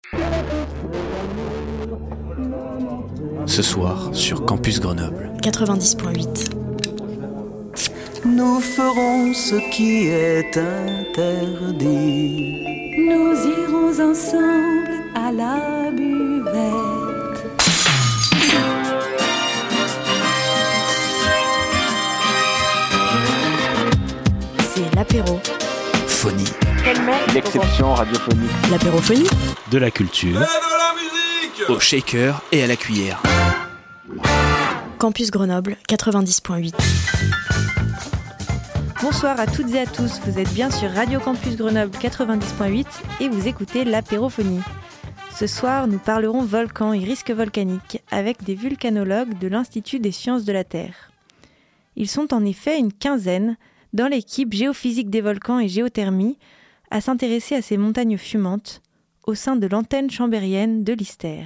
Ce soir sur Campus Grenoble 90.8. Nous ferons ce qui est interdit. Nous irons ensemble à la buvette. C'est l'apéro. Phonie. L'exception radiophonique. L'apérophonie. De la culture. Au shaker et à la cuillère. Campus Grenoble 90.8. Bonsoir à toutes et à tous, vous êtes bien sur Radio Campus Grenoble 90.8 et vous écoutez l'apérophonie. Ce soir, nous parlerons volcans et risques volcaniques avec des vulcanologues de l'Institut des sciences de la Terre. Ils sont en effet une quinzaine dans l'équipe géophysique des volcans et géothermie à s'intéresser à ces montagnes fumantes au sein de l'antenne chambérienne de l'ISTER.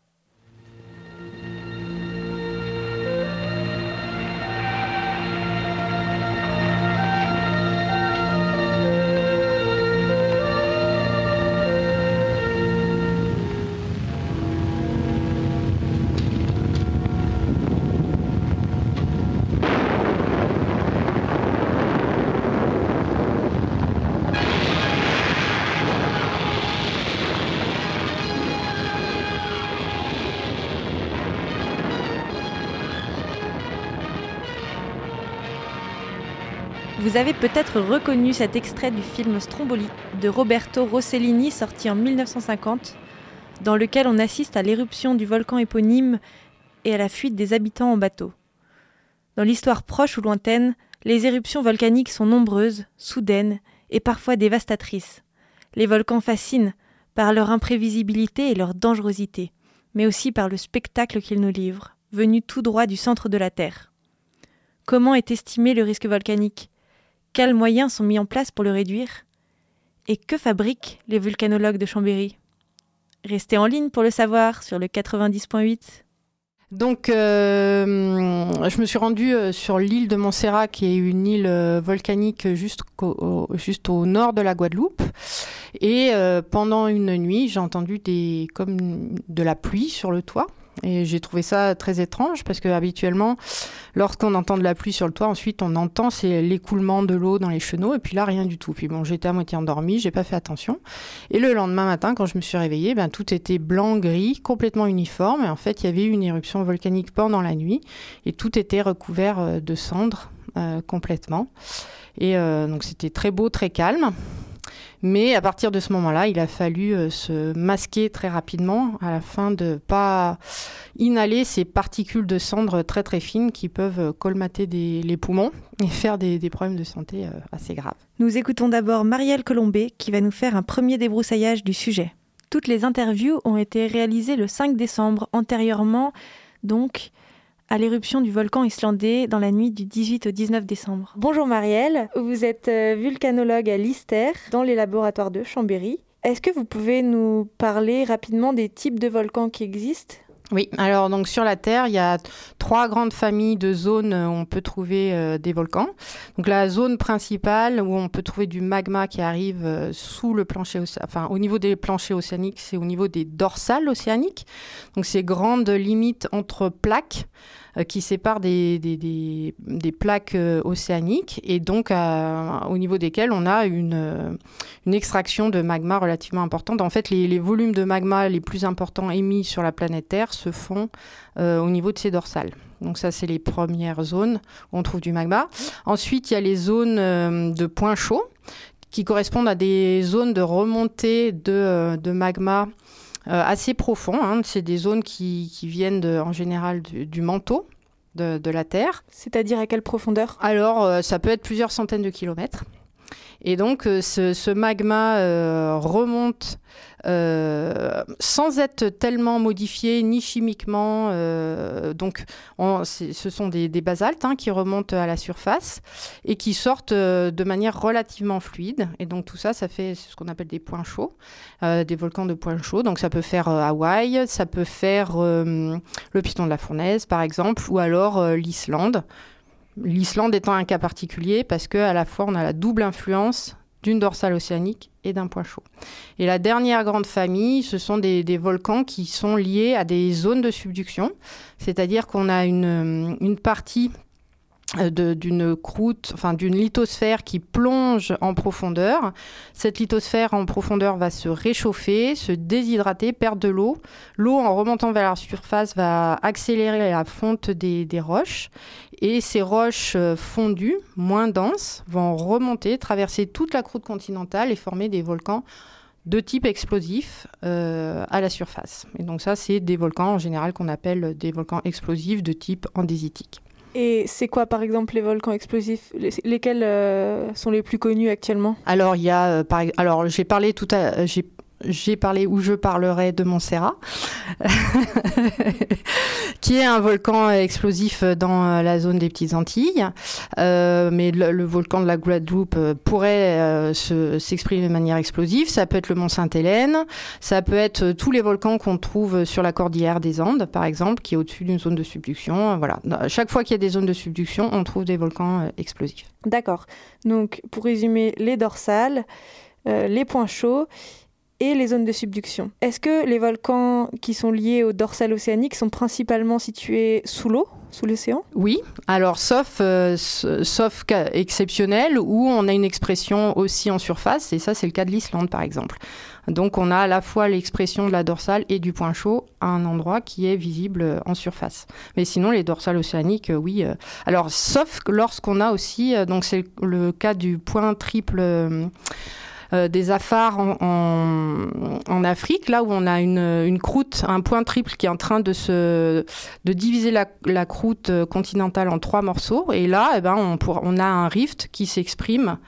Vous avez peut-être reconnu cet extrait du film Stromboli de Roberto Rossellini sorti en 1950, dans lequel on assiste à l'éruption du volcan éponyme et à la fuite des habitants en bateau. Dans l'histoire proche ou lointaine, les éruptions volcaniques sont nombreuses, soudaines et parfois dévastatrices. Les volcans fascinent par leur imprévisibilité et leur dangerosité, mais aussi par le spectacle qu'ils nous livrent, venu tout droit du centre de la Terre. Comment est estimé le risque volcanique ? Quels moyens sont mis en place pour le réduire ? Et que fabriquent les vulcanologues de Chambéry ? Restez en ligne pour le savoir sur le 90.8. Donc, je me suis rendue sur l'île de Montserrat, qui est une île volcanique juste au nord de la Guadeloupe. Et pendant une nuit, j'ai entendu comme de la pluie sur le toit. Et j'ai trouvé ça très étrange parce que habituellement, lorsqu'on entend de la pluie sur le toit, ensuite on entend c'est l'écoulement de l'eau dans les chenaux et puis là rien du tout. Puis bon, j'étais à moitié endormie, j'ai pas fait attention. Et le lendemain matin, quand je me suis réveillée, tout était blanc-gris, complètement uniforme. Et en fait, il y avait eu une éruption volcanique pendant la nuit et tout était recouvert de cendres complètement. Et donc c'était très beau, très calme. Mais à partir de ce moment-là, il a fallu se masquer très rapidement afin de ne pas inhaler ces particules de cendres très très fines qui peuvent colmater les poumons et faire des problèmes de santé assez graves. Nous écoutons d'abord Marielle Colombet qui va nous faire un premier débroussaillage du sujet. Toutes les interviews ont été réalisées le 5 décembre, antérieurement donc à l'éruption du volcan islandais dans la nuit du 18 au 19 décembre. Bonjour Marielle, vous êtes vulcanologue à l'ISTER dans les laboratoires de Chambéry. Est-ce que vous pouvez nous parler rapidement des types de volcans qui existent ? Oui, alors donc sur la Terre, il y a 3 grandes familles de zones où on peut trouver des volcans. Donc la zone principale où on peut trouver du magma qui arrive sous le plancher, au niveau des planchers océaniques, c'est au niveau des dorsales océaniques. Donc ces grandes limites entre plaques qui séparent des plaques océaniques et donc au niveau desquelles on a une extraction de magma relativement importante. En fait, les volumes de magma les plus importants émis sur la planète Terre se font au niveau de ces dorsales. Donc ça, c'est les premières zones où on trouve du magma. Ensuite, il y a les zones de points chauds qui correspondent à des zones de remontée de magma assez profond. C'est des zones qui viennent en général du manteau de la Terre. C'est-à-dire à quelle profondeur ? Alors, ça peut être plusieurs centaines de kilomètres. Et donc, ce magma remonte sans être tellement modifié, ni chimiquement. Ce sont des basaltes qui remontent à la surface et qui sortent de manière relativement fluide. Et donc, tout ça, ça fait ce qu'on appelle des points chauds, des volcans de points chauds. Donc, ça peut faire Hawaï, ça peut faire le Piton de la Fournaise, par exemple, ou alors l'Islande. L'Islande étant un cas particulier parce qu'à la fois, on a la double influence d'une dorsale océanique et d'un point chaud. Et la dernière grande famille, ce sont des volcans qui sont liés à des zones de subduction, c'est-à-dire qu'on a une partie d'une croûte, enfin d'une lithosphère qui plonge en profondeur. Cette lithosphère en profondeur va se réchauffer, se déshydrater, perdre de l'eau. L'eau, en remontant vers la surface, va accélérer la fonte des roches. Et ces roches fondues, moins denses, vont remonter, traverser toute la croûte continentale et former des volcans de type explosif à la surface. Et donc ça, c'est des volcans en général qu'on appelle des volcans explosifs de type andésitique. Et c'est quoi, par exemple, les volcans explosifs ? Lesquels sont les plus connus actuellement ? Alors, il y a, j'ai parlé où je parlerai de Montserrat, qui est un volcan explosif dans la zone des Petites Antilles. Mais le volcan de la Guadeloupe pourrait s'exprimer de manière explosive. Ça peut être le mont Sainte-Hélène. Ça peut être tous les volcans qu'on trouve sur la cordillère des Andes, par exemple, qui est au-dessus d'une zone de subduction. Voilà. Chaque fois qu'il y a des zones de subduction, on trouve des volcans explosifs. D'accord. Donc, pour résumer, les dorsales, les points chauds et les zones de subduction. Est-ce que les volcans qui sont liés aux dorsales océaniques sont principalement situés sous l'eau, sous l'océan ? Oui, alors sauf cas exceptionnel où on a une expression aussi en surface, et ça c'est le cas de l'Islande par exemple. Donc on a à la fois l'expression de la dorsale et du point chaud à un endroit qui est visible en surface. Mais sinon les dorsales océaniques, oui. Alors sauf lorsqu'on a aussi, donc c'est le cas du point triple des Afars en Afrique, là où on a une croûte, un point triple qui est en train de diviser la croûte continentale en 3 morceaux. Et là, on a un rift qui s'exprime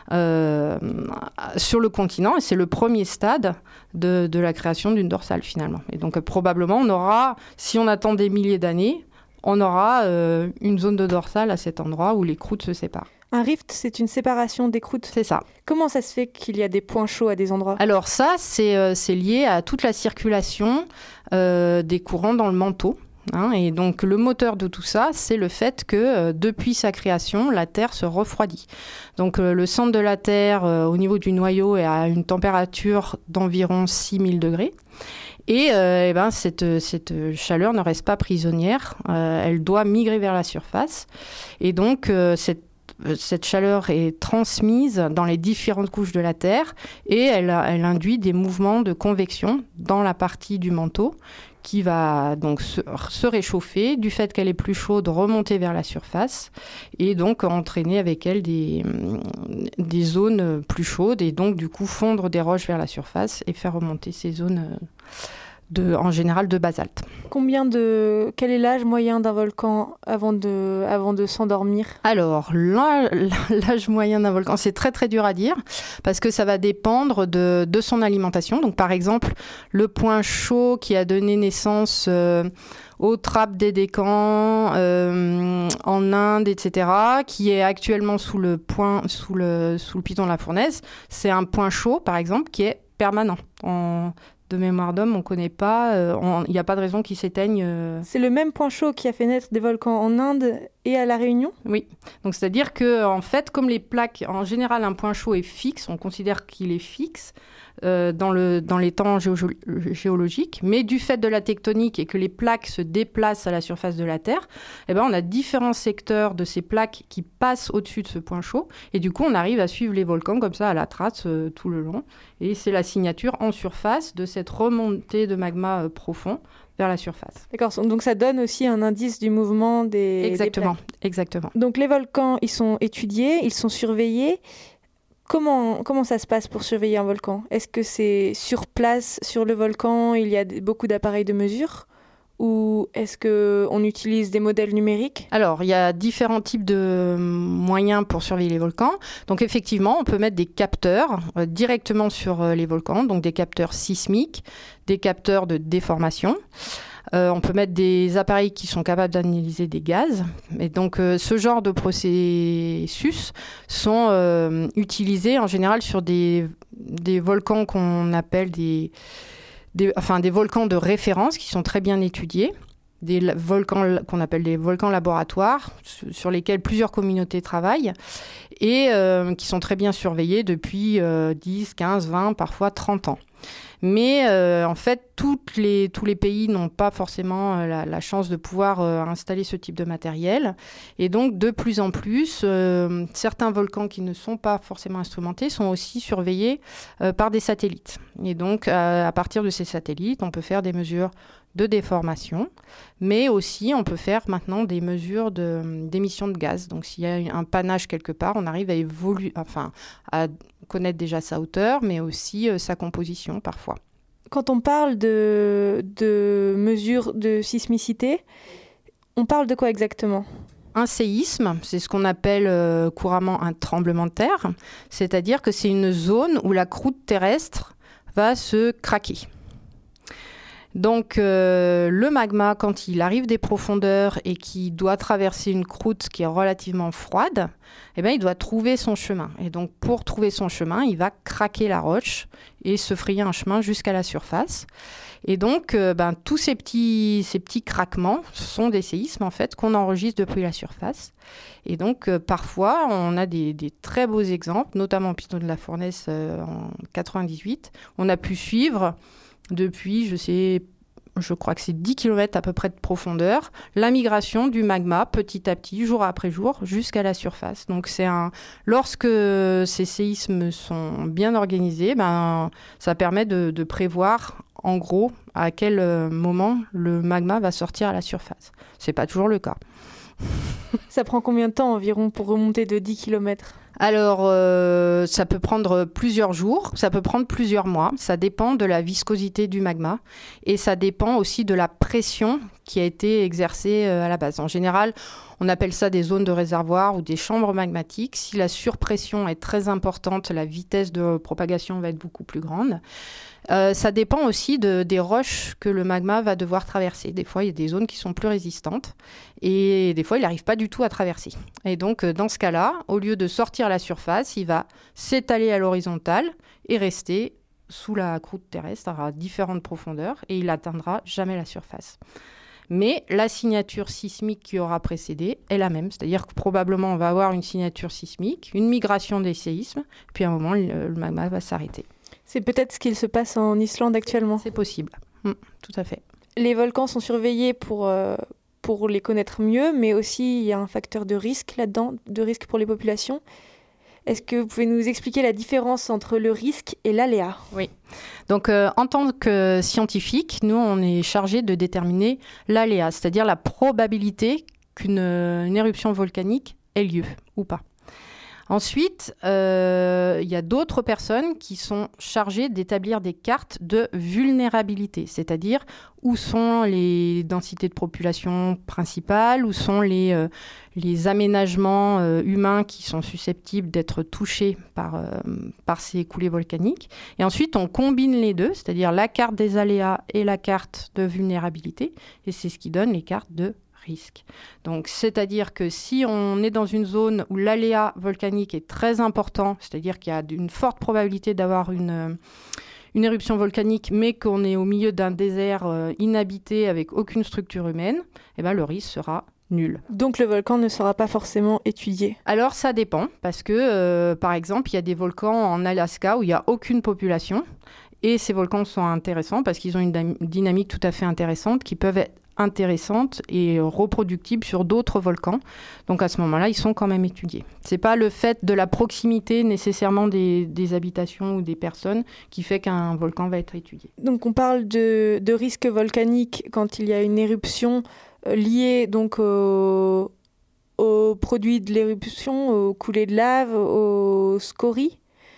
sur le continent, et c'est le premier stade de la création d'une dorsale finalement. Et donc probablement, on aura, si on attend des milliers d'années, on aura une zone de dorsale à cet endroit où les croûtes se séparent. Un rift, c'est une séparation des croûtes. C'est ça. Comment ça se fait qu'il y a des points chauds à des endroits ? Alors ça, c'est lié à toute la circulation des courants dans le manteau. Et donc le moteur de tout ça, c'est le fait que depuis sa création, la Terre se refroidit. Donc le centre de la Terre, au niveau du noyau, est à une température d'environ 6000 degrés. Et cette chaleur ne reste pas prisonnière, elle doit migrer vers la surface. Et donc cette chaleur est transmise dans les différentes couches de la Terre et elle induit des mouvements de convection dans la partie du manteau qui va donc se réchauffer, du fait qu'elle est plus chaude, remonter vers la surface et donc entraîner avec elle des zones plus chaudes et donc du coup fondre des roches vers la surface et faire remonter ces zones en général de basalte. Quel est l'âge moyen d'un volcan avant de s'endormir ? Alors, l'âge moyen d'un volcan, c'est très très dur à dire parce que ça va dépendre de son alimentation. Donc par exemple, le point chaud qui a donné naissance aux trappes des Décans en Inde, etc., qui est actuellement sous le piton de la fournaise, c'est un point chaud par exemple qui est permanent. De mémoire d'homme, on ne connaît pas, il n'y a pas de raison qu'ils s'éteignent. C'est le même point chaud qui a fait naître des volcans en Inde et à La Réunion ? Oui, donc c'est-à-dire que en fait, comme les plaques, en général, un point chaud est fixe, on considère qu'il est fixe dans les temps géologiques, mais du fait de la tectonique et que les plaques se déplacent à la surface de la Terre, on a différents secteurs de ces plaques qui passent au-dessus de ce point chaud, et du coup, on arrive à suivre les volcans comme ça à la trace tout le long, et c'est la signature en surface de cette remontée de magma profond vers la surface. D'accord, donc ça donne aussi un indice du mouvement des plaques. Exactement. Donc les volcans, ils sont étudiés, ils sont surveillés. Comment ça se passe pour surveiller un volcan ? Est-ce que c'est sur place, sur le volcan, il y a beaucoup d'appareils de mesure ? Ou est-ce qu'on utilise des modèles numériques ? Alors, il y a différents types de moyens pour surveiller les volcans. Donc, effectivement, on peut mettre des capteurs directement sur les volcans, donc des capteurs sismiques, des capteurs de déformation. On peut mettre des appareils qui sont capables d'analyser des gaz. Et donc, ce genre de processus sont utilisés en général sur des volcans qu'on appelle des volcans de référence qui sont très bien étudiés. volcans qu'on appelle des volcans laboratoires, sur lesquels plusieurs communautés travaillent et qui sont très bien surveillés depuis 10, 15, 20, parfois 30 ans. Mais en fait, tous les pays n'ont pas forcément la chance de pouvoir installer ce type de matériel. Et donc, de plus en plus, certains volcans qui ne sont pas forcément instrumentés sont aussi surveillés par des satellites. Et donc, à partir de ces satellites, on peut faire des mesures de déformation, mais aussi on peut faire maintenant des mesures d'émissions de gaz. Donc, s'il y a un panache quelque part, on arrive à connaître déjà sa hauteur, mais aussi sa composition parfois. Quand on parle de mesures de sismicité, on parle de quoi exactement ? Un séisme, c'est ce qu'on appelle couramment un tremblement de terre, c'est-à-dire que c'est une zone où la croûte terrestre va se craquer. Donc le magma, quand il arrive des profondeurs et qu'il doit traverser une croûte qui est relativement froide, il doit trouver son chemin. Et donc pour trouver son chemin, il va craquer la roche et se frayer un chemin jusqu'à la surface. Et donc tous ces petits craquements sont des séismes en fait qu'on enregistre depuis la surface. Et donc parfois on a des très beaux exemples, notamment au Piton de la Fournaise en 98. On a pu suivre depuis, je crois que c'est 10 km à peu près de profondeur, la migration du magma petit à petit, jour après jour, jusqu'à la surface. Donc lorsque ces séismes sont bien organisés, ça permet de prévoir en gros à quel moment le magma va sortir à la surface. C'est pas toujours le cas. Ça prend combien de temps environ pour remonter de 10 km ? Alors, ça peut prendre plusieurs jours, ça peut prendre plusieurs mois. Ça dépend de la viscosité du magma et ça dépend aussi de la pression qui a été exercée à la base. En général, on appelle ça des zones de réservoir ou des chambres magmatiques. Si la surpression est très importante, la vitesse de propagation va être beaucoup plus grande. Ça dépend aussi des roches que le magma va devoir traverser. Des fois, il y a des zones qui sont plus résistantes et des fois, il n'arrive pas du tout à traverser. Et donc, dans ce cas-là, au lieu de sortir à la surface, il va s'étaler à l'horizontale et rester sous la croûte terrestre à différentes profondeurs et il n'atteindra jamais la surface. Mais la signature sismique qui aura précédé est la même. C'est-à-dire que probablement, on va avoir une signature sismique, une migration des séismes, puis à un moment, le magma va s'arrêter. C'est peut-être ce qu'il se passe en Islande actuellement. C'est possible, tout à fait. Les volcans sont surveillés pour les connaître mieux, mais aussi il y a un facteur de risque là-dedans, de risque pour les populations. Est-ce que vous pouvez nous expliquer la différence entre le risque et l'aléa ? Oui. Donc, en tant que scientifique, nous, on est chargé de déterminer l'aléa, c'est-à-dire la probabilité qu'une éruption volcanique ait lieu ou pas. Ensuite, il y a d'autres personnes qui sont chargées d'établir des cartes de vulnérabilité, c'est-à-dire où sont les densités de population principales, où sont les aménagements humains qui sont susceptibles d'être touchés par ces coulées volcaniques. Et ensuite, on combine les deux, c'est-à-dire la carte des aléas et la carte de vulnérabilité, et c'est ce qui donne les cartes de risque. Donc, c'est-à-dire que si on est dans une zone où l'aléa volcanique est très important, c'est-à-dire qu'il y a une forte probabilité d'avoir une éruption volcanique, mais qu'on est au milieu d'un désert inhabité avec aucune structure humaine, le risque sera nul. Donc le volcan ne sera pas forcément étudié ? Alors ça dépend, parce que par exemple, il y a des volcans en Alaska où il n'y a aucune population, et ces volcans sont intéressants parce qu'ils ont une dynamique tout à fait intéressante qui peuvent être intéressantes et reproductibles sur d'autres volcans. Donc à ce moment-là, ils sont quand même étudiés. C'est pas le fait de la proximité nécessairement des habitations ou des personnes qui fait qu'un volcan va être étudié. Donc on parle de risque volcanique quand il y a une éruption liée donc aux produits de l'éruption, aux coulées de lave, aux scories.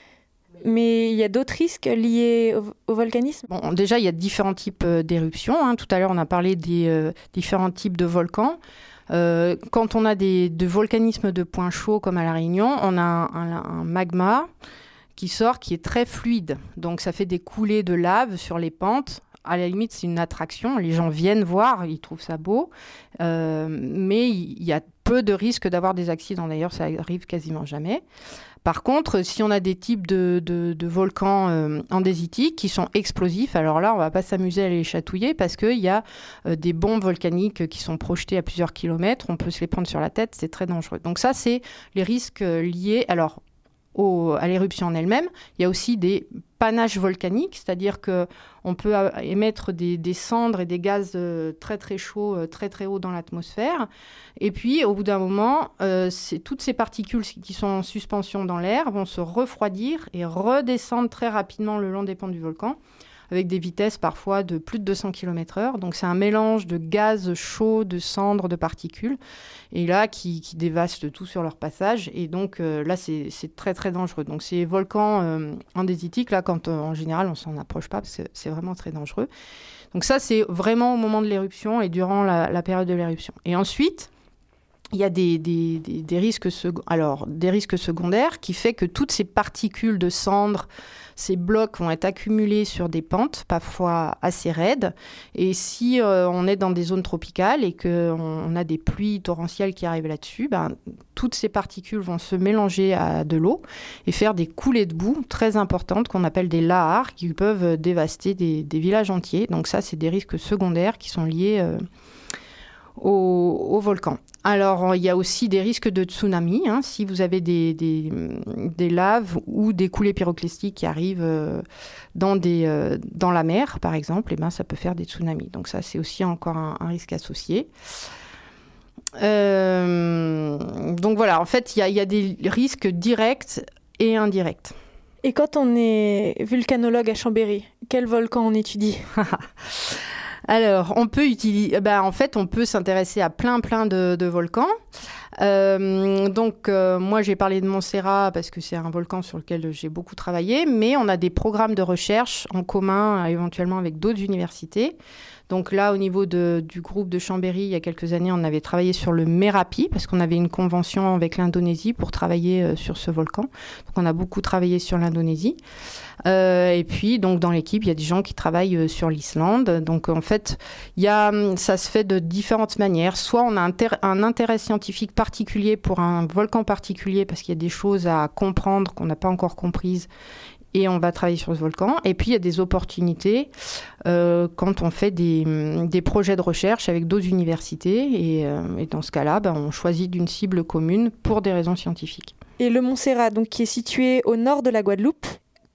Mais il y a d'autres risques liés au volcanisme ? Bon, déjà, il y a différents types d'éruptions. Tout à l'heure, on a parlé des différents types de volcans. Quand on a de volcanisme de points chauds, comme à La Réunion, on a un magma qui sort, qui est très fluide. Donc, ça fait des coulées de lave sur les pentes à la limite, c'est une attraction. Les gens viennent voir, ils trouvent ça beau. Mais il y a peu de risques d'avoir des accidents. D'ailleurs, ça arrive quasiment jamais. Par contre, si on a des types de volcans andésitiques qui sont explosifs, alors là, on ne va pas s'amuser à les chatouiller parce qu'il y a des bombes volcaniques qui sont projetées à plusieurs kilomètres. On peut se les prendre sur la tête, c'est très dangereux. Donc ça, c'est les risques liés à l'éruption en elle-même. Il y a aussi des panaches volcaniques, c'est-à-dire qu'on peut émettre des cendres et des gaz très très chauds, très très hauts dans l'atmosphère. Et puis, au bout d'un moment, toutes ces particules qui sont en suspension dans l'air vont se refroidir et redescendre très rapidement le long des pentes du volcan, avec des vitesses parfois de plus de 200 km/h. Donc c'est un mélange de gaz chaud, de cendres, de particules, et là qui dévastent tout sur leur passage. Et donc là, c'est très très dangereux. Donc ces volcans andésitiques, là, en général, on s'en approche pas parce que c'est vraiment très dangereux. Donc ça, c'est vraiment au moment de l'éruption et durant la période de l'éruption. Et ensuite, il y a des risques secondaires qui fait que toutes ces particules de cendres, ces blocs vont être accumulés sur des pentes, parfois assez raides. Et si on est dans des zones tropicales et qu'on a des pluies torrentielles qui arrivent là-dessus, toutes ces particules vont se mélanger à de l'eau et faire des coulées de boue très importantes qu'on appelle des lahars qui peuvent dévaster des villages entiers. Donc ça, c'est des risques secondaires qui sont liés au volcan. Alors, il y a aussi des risques de tsunami. Si vous avez des laves ou des coulées pyroclastiques qui arrivent dans la mer, par exemple, ça peut faire des tsunamis. Donc ça, c'est aussi encore un risque associé. Donc voilà, en fait, il y a des risques directs et indirects. Et quand on est vulcanologue à Chambéry, quel volcan on étudie ? Alors, on peut on peut s'intéresser à plein de volcans. Moi, j'ai parlé de Montserrat parce que c'est un volcan sur lequel j'ai beaucoup travaillé, mais on a des programmes de recherche en commun, éventuellement avec d'autres universités. Donc là, au niveau du groupe de Chambéry, il y a quelques années, on avait travaillé sur le Merapi parce qu'on avait une convention avec l'Indonésie pour travailler sur ce volcan. Donc on a beaucoup travaillé sur l'Indonésie. Et puis, donc, dans l'équipe, il y a des gens qui travaillent sur l'Islande. Donc, en fait, ça se fait de différentes manières. Soit on a un intérêt scientifique particulier pour un volcan particulier parce qu'il y a des choses à comprendre qu'on n'a pas encore comprises et on va travailler sur ce volcan. Et puis, il y a des opportunités quand on fait des projets de recherche avec d'autres universités. Et dans ce cas-là, on choisit d'une cible commune pour des raisons scientifiques. Et le Montserrat, donc, qui est situé au nord de la Guadeloupe,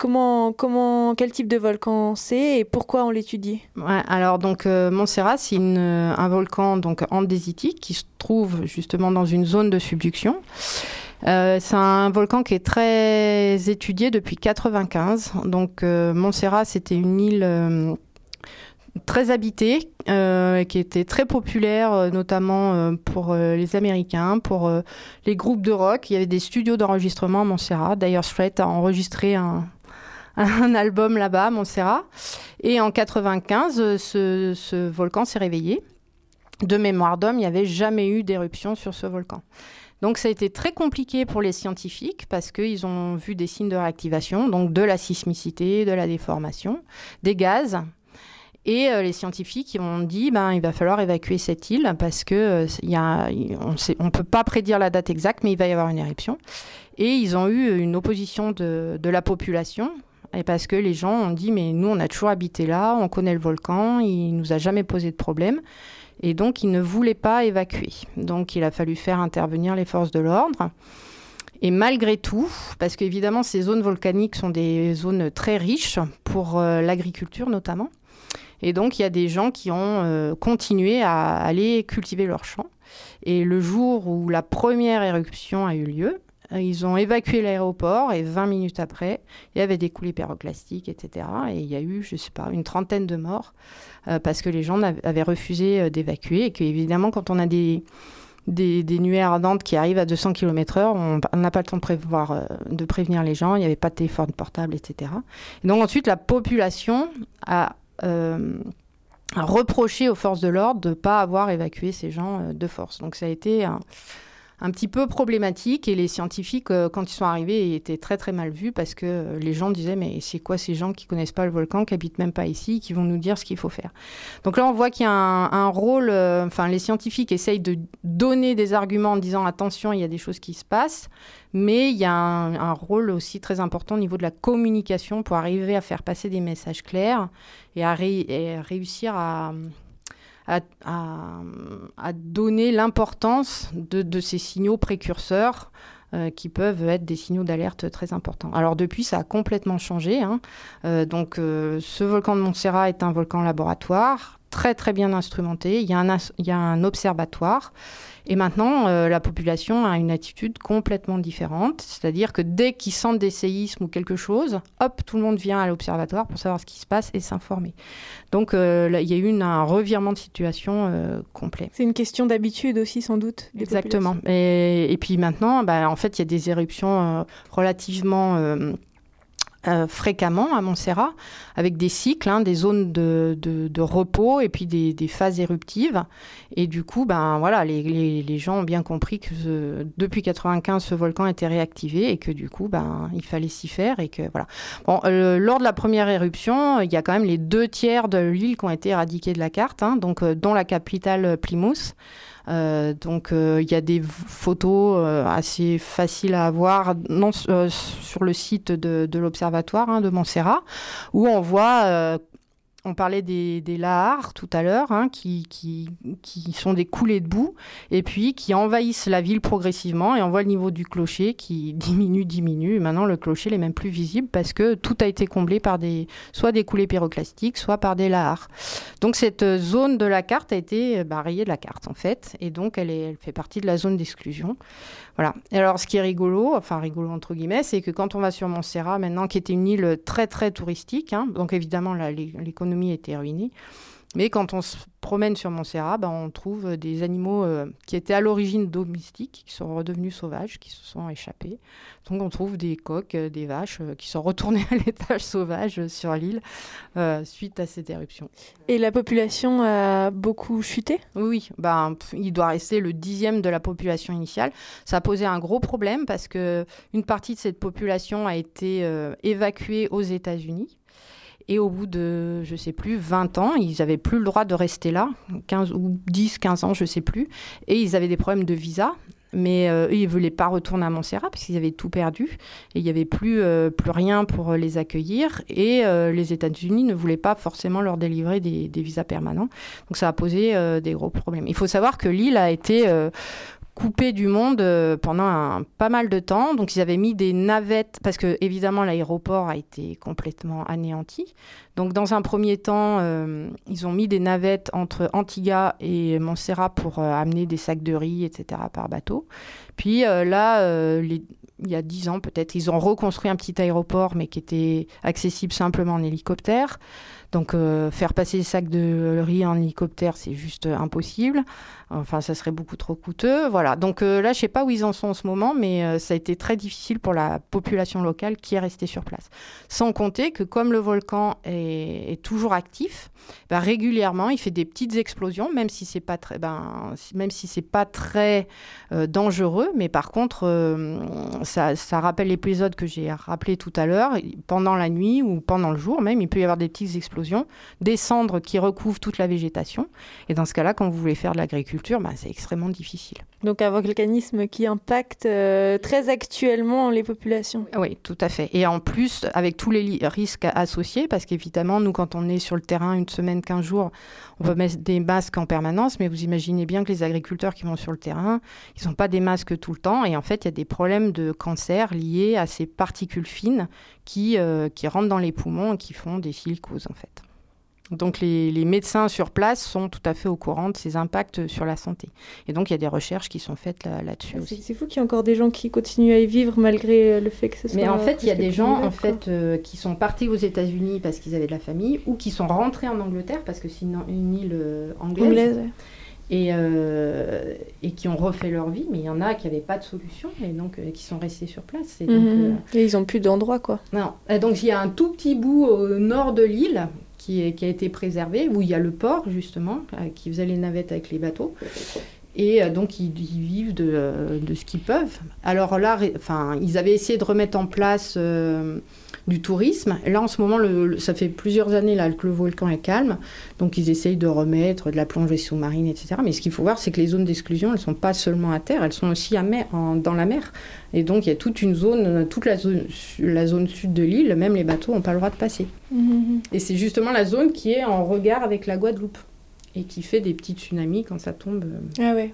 quel type de volcan c'est et pourquoi on l'étudie ? Alors, donc, Montserrat, c'est un volcan donc, andésitique qui se trouve justement dans une zone de subduction. C'est un volcan qui est très étudié depuis 1995. Donc, Montserrat, c'était une île très habitée, qui était très populaire, notamment pour les Américains, pour les groupes de rock. Il y avait des studios d'enregistrement à Montserrat. Dire Straits a enregistré un album là-bas, Montserrat. Et en 1995, ce volcan s'est réveillé. De mémoire d'homme, il n'y avait jamais eu d'éruption sur ce volcan. Donc ça a été très compliqué pour les scientifiques parce qu'ils ont vu des signes de réactivation, donc de la sismicité, de la déformation, des gaz. Et les scientifiques ils ont dit il va falloir évacuer cette île parce que on ne peut pas prédire la date exacte, mais il va y avoir une éruption. Et ils ont eu une opposition de la population. Et parce que les gens ont dit, mais nous, on a toujours habité là, on connaît le volcan, il ne nous a jamais posé de problème. Et donc, ils ne voulaient pas évacuer. Donc, il a fallu faire intervenir les forces de l'ordre. Et malgré tout, parce qu'évidemment, ces zones volcaniques sont des zones très riches pour l'agriculture notamment. Et donc, il y a des gens qui ont continué à aller cultiver leurs champs. Et le jour où la première éruption a eu lieu, ils ont évacué l'aéroport et 20 minutes après, il y avait des coulées pyroclastiques, etc. Et il y a eu, une trentaine de morts parce que les gens avaient refusé d'évacuer. Et qu'évidemment, quand on a des nuées ardentes qui arrivent à 200 km/h, on n'a pas le temps de prévenir les gens. Il n'y avait pas de téléphone portable, etc. Et donc ensuite, la population a reproché aux forces de l'ordre de ne pas avoir évacué ces gens de force. Donc ça a été un petit peu problématique et les scientifiques, quand ils sont arrivés, étaient très très mal vus parce que les gens disaient mais c'est quoi ces gens qui connaissent pas le volcan, qui habitent même pas ici, qui vont nous dire ce qu'il faut faire. Donc là on voit qu'il y a un rôle, les scientifiques essayent de donner des arguments en disant attention, il y a des choses qui se passent, mais il y a un rôle aussi très important au niveau de la communication pour arriver à faire passer des messages clairs et à réussir à donner l'importance de ces signaux précurseurs qui peuvent être des signaux d'alerte très importants. Alors depuis, ça a complètement changé. Ce volcan de Montserrat est un volcan laboratoire, très très bien instrumenté. Il y a un observatoire. Et maintenant, la population a une attitude complètement différente. C'est-à-dire que dès qu'ils sentent des séismes ou quelque chose, hop, tout le monde vient à l'observatoire pour savoir ce qui se passe et s'informer. Donc, là, il y a eu un revirement de situation complet. C'est une question d'habitude aussi, sans doute. Exactement. Et puis maintenant, en fait, il y a des éruptions relativement... fréquemment à Montserrat, avec des cycles, des zones de repos et puis des phases éruptives. Et du coup, les gens ont bien compris que depuis 1995, ce volcan était réactivé et que du coup, il fallait s'y faire. Et que, voilà. Lors de la première éruption, il y a quand même les 2/3 de l'île qui ont été éradiqués de la carte, dont la capitale Plymouth. Il y a des photos assez faciles à avoir sur le site de l'observatoire de Montserrat, où on voit, on parlait des lahars tout à l'heure, qui sont des coulées de boue, et puis qui envahissent la ville progressivement, et on voit le niveau du clocher qui diminue, et maintenant le clocher n'est même plus visible parce que tout a été comblé par soit des coulées pyroclastiques, soit par des lahars. Donc cette zone de la carte a été rayée de la carte en fait, et donc elle fait partie de la zone d'exclusion. Voilà. Et alors ce qui est rigolo entre guillemets, c'est que quand on va sur Montserrat maintenant, qui était une île très très touristique, donc évidemment l'économie était ruinée, mais quand on se promène sur Montserrat, on trouve des animaux qui étaient à l'origine domestiques, qui sont redevenus sauvages, qui se sont échappés. Donc on trouve des coqs, des vaches qui sont retournés à l'étage sauvage sur l'île suite à cette éruption. Et la population a beaucoup chuté ? Oui, il doit rester le 10e de la population initiale. Ça a posé un gros problème parce qu'une partie de cette population a été évacuée aux États-Unis. Et au bout de, 20 ans, ils n'avaient plus le droit de rester là, 15 ans, je ne sais plus. Et ils avaient des problèmes de visa. Mais ils ne voulaient pas retourner à Montserrat parce qu'ils avaient tout perdu. Et il n'y avait plus rien pour les accueillir. Et les États-Unis ne voulaient pas forcément leur délivrer des visas permanents. Donc ça a posé des gros problèmes. Il faut savoir que l'île a été... coupé du monde pendant pas mal de temps. Donc, ils avaient mis des navettes, parce que évidemment, l'aéroport a été complètement anéanti. Donc, dans un premier temps, ils ont mis des navettes entre Antigua et Montserrat pour amener des sacs de riz, etc., par bateau. Puis il y a 10 ans peut-être, ils ont reconstruit un petit aéroport, mais qui était accessible simplement en hélicoptère. Donc, faire passer des sacs de riz en hélicoptère, c'est juste impossible. Enfin, ça serait beaucoup trop coûteux. Voilà. Donc là, je ne sais pas où ils en sont en ce moment, mais ça a été très difficile pour la population locale qui est restée sur place. Sans compter que comme le volcan est toujours actif, régulièrement, il fait des petites explosions, même si ce n'est pas très dangereux. Mais par contre, ça rappelle l'épisode que j'ai rappelé tout à l'heure. Pendant la nuit ou pendant le jour même, il peut y avoir des petites explosions, des cendres qui recouvrent toute la végétation. Et dans ce cas-là, quand vous voulez faire de l'agriculture, c'est extrêmement difficile. Donc un volcanisme qui impacte très actuellement les populations. Oui, tout à fait. Et en plus, avec tous les risques associés, parce qu'évidemment, nous, quand on est sur le terrain une semaine, 15 jours, on peut mettre des masques en permanence, mais vous imaginez bien que les agriculteurs qui vont sur le terrain, ils n'ont pas des masques tout le temps. Et en fait, il y a des problèmes de cancer liés à ces particules fines qui rentrent dans les poumons et qui font des silicoses, en fait. Donc les médecins sur place sont tout à fait au courant de ces impacts sur la santé. Et donc il y a des recherches qui sont faites là-dessus aussi. C'est fou qu'il y ait encore des gens qui continuent à y vivre malgré le fait que ce soit... Mais en fait, il y a des gens qui sont partis aux États-Unis parce qu'ils avaient de la famille ou qui sont rentrés en Angleterre parce que c'est une île anglaise. Ouais. Et qui ont refait leur vie, mais il y en a qui n'avaient pas de solution et donc qui sont restés sur place. Et, et ils n'ont plus d'endroit, quoi. Non. Et donc il y a un tout petit bout au nord de l'île qui a été préservé, où il y a le port, justement, qui faisait les navettes avec les bateaux. Et donc, ils vivent de ce qu'ils peuvent. Alors là, ils avaient essayé de remettre en place du tourisme. Et là, en ce moment, ça fait plusieurs années là, que le volcan est calme. Donc, ils essayent de remettre de la plongée sous-marine, etc. Mais ce qu'il faut voir, c'est que les zones d'exclusion, elles ne sont pas seulement à terre, elles sont aussi dans la mer. Et donc, il y a toute la zone sud de l'île, même les bateaux n'ont pas le droit de passer. Et c'est justement la zone qui est en regard avec la Guadeloupe et qui fait des petits tsunamis quand ça tombe. Ah ouais.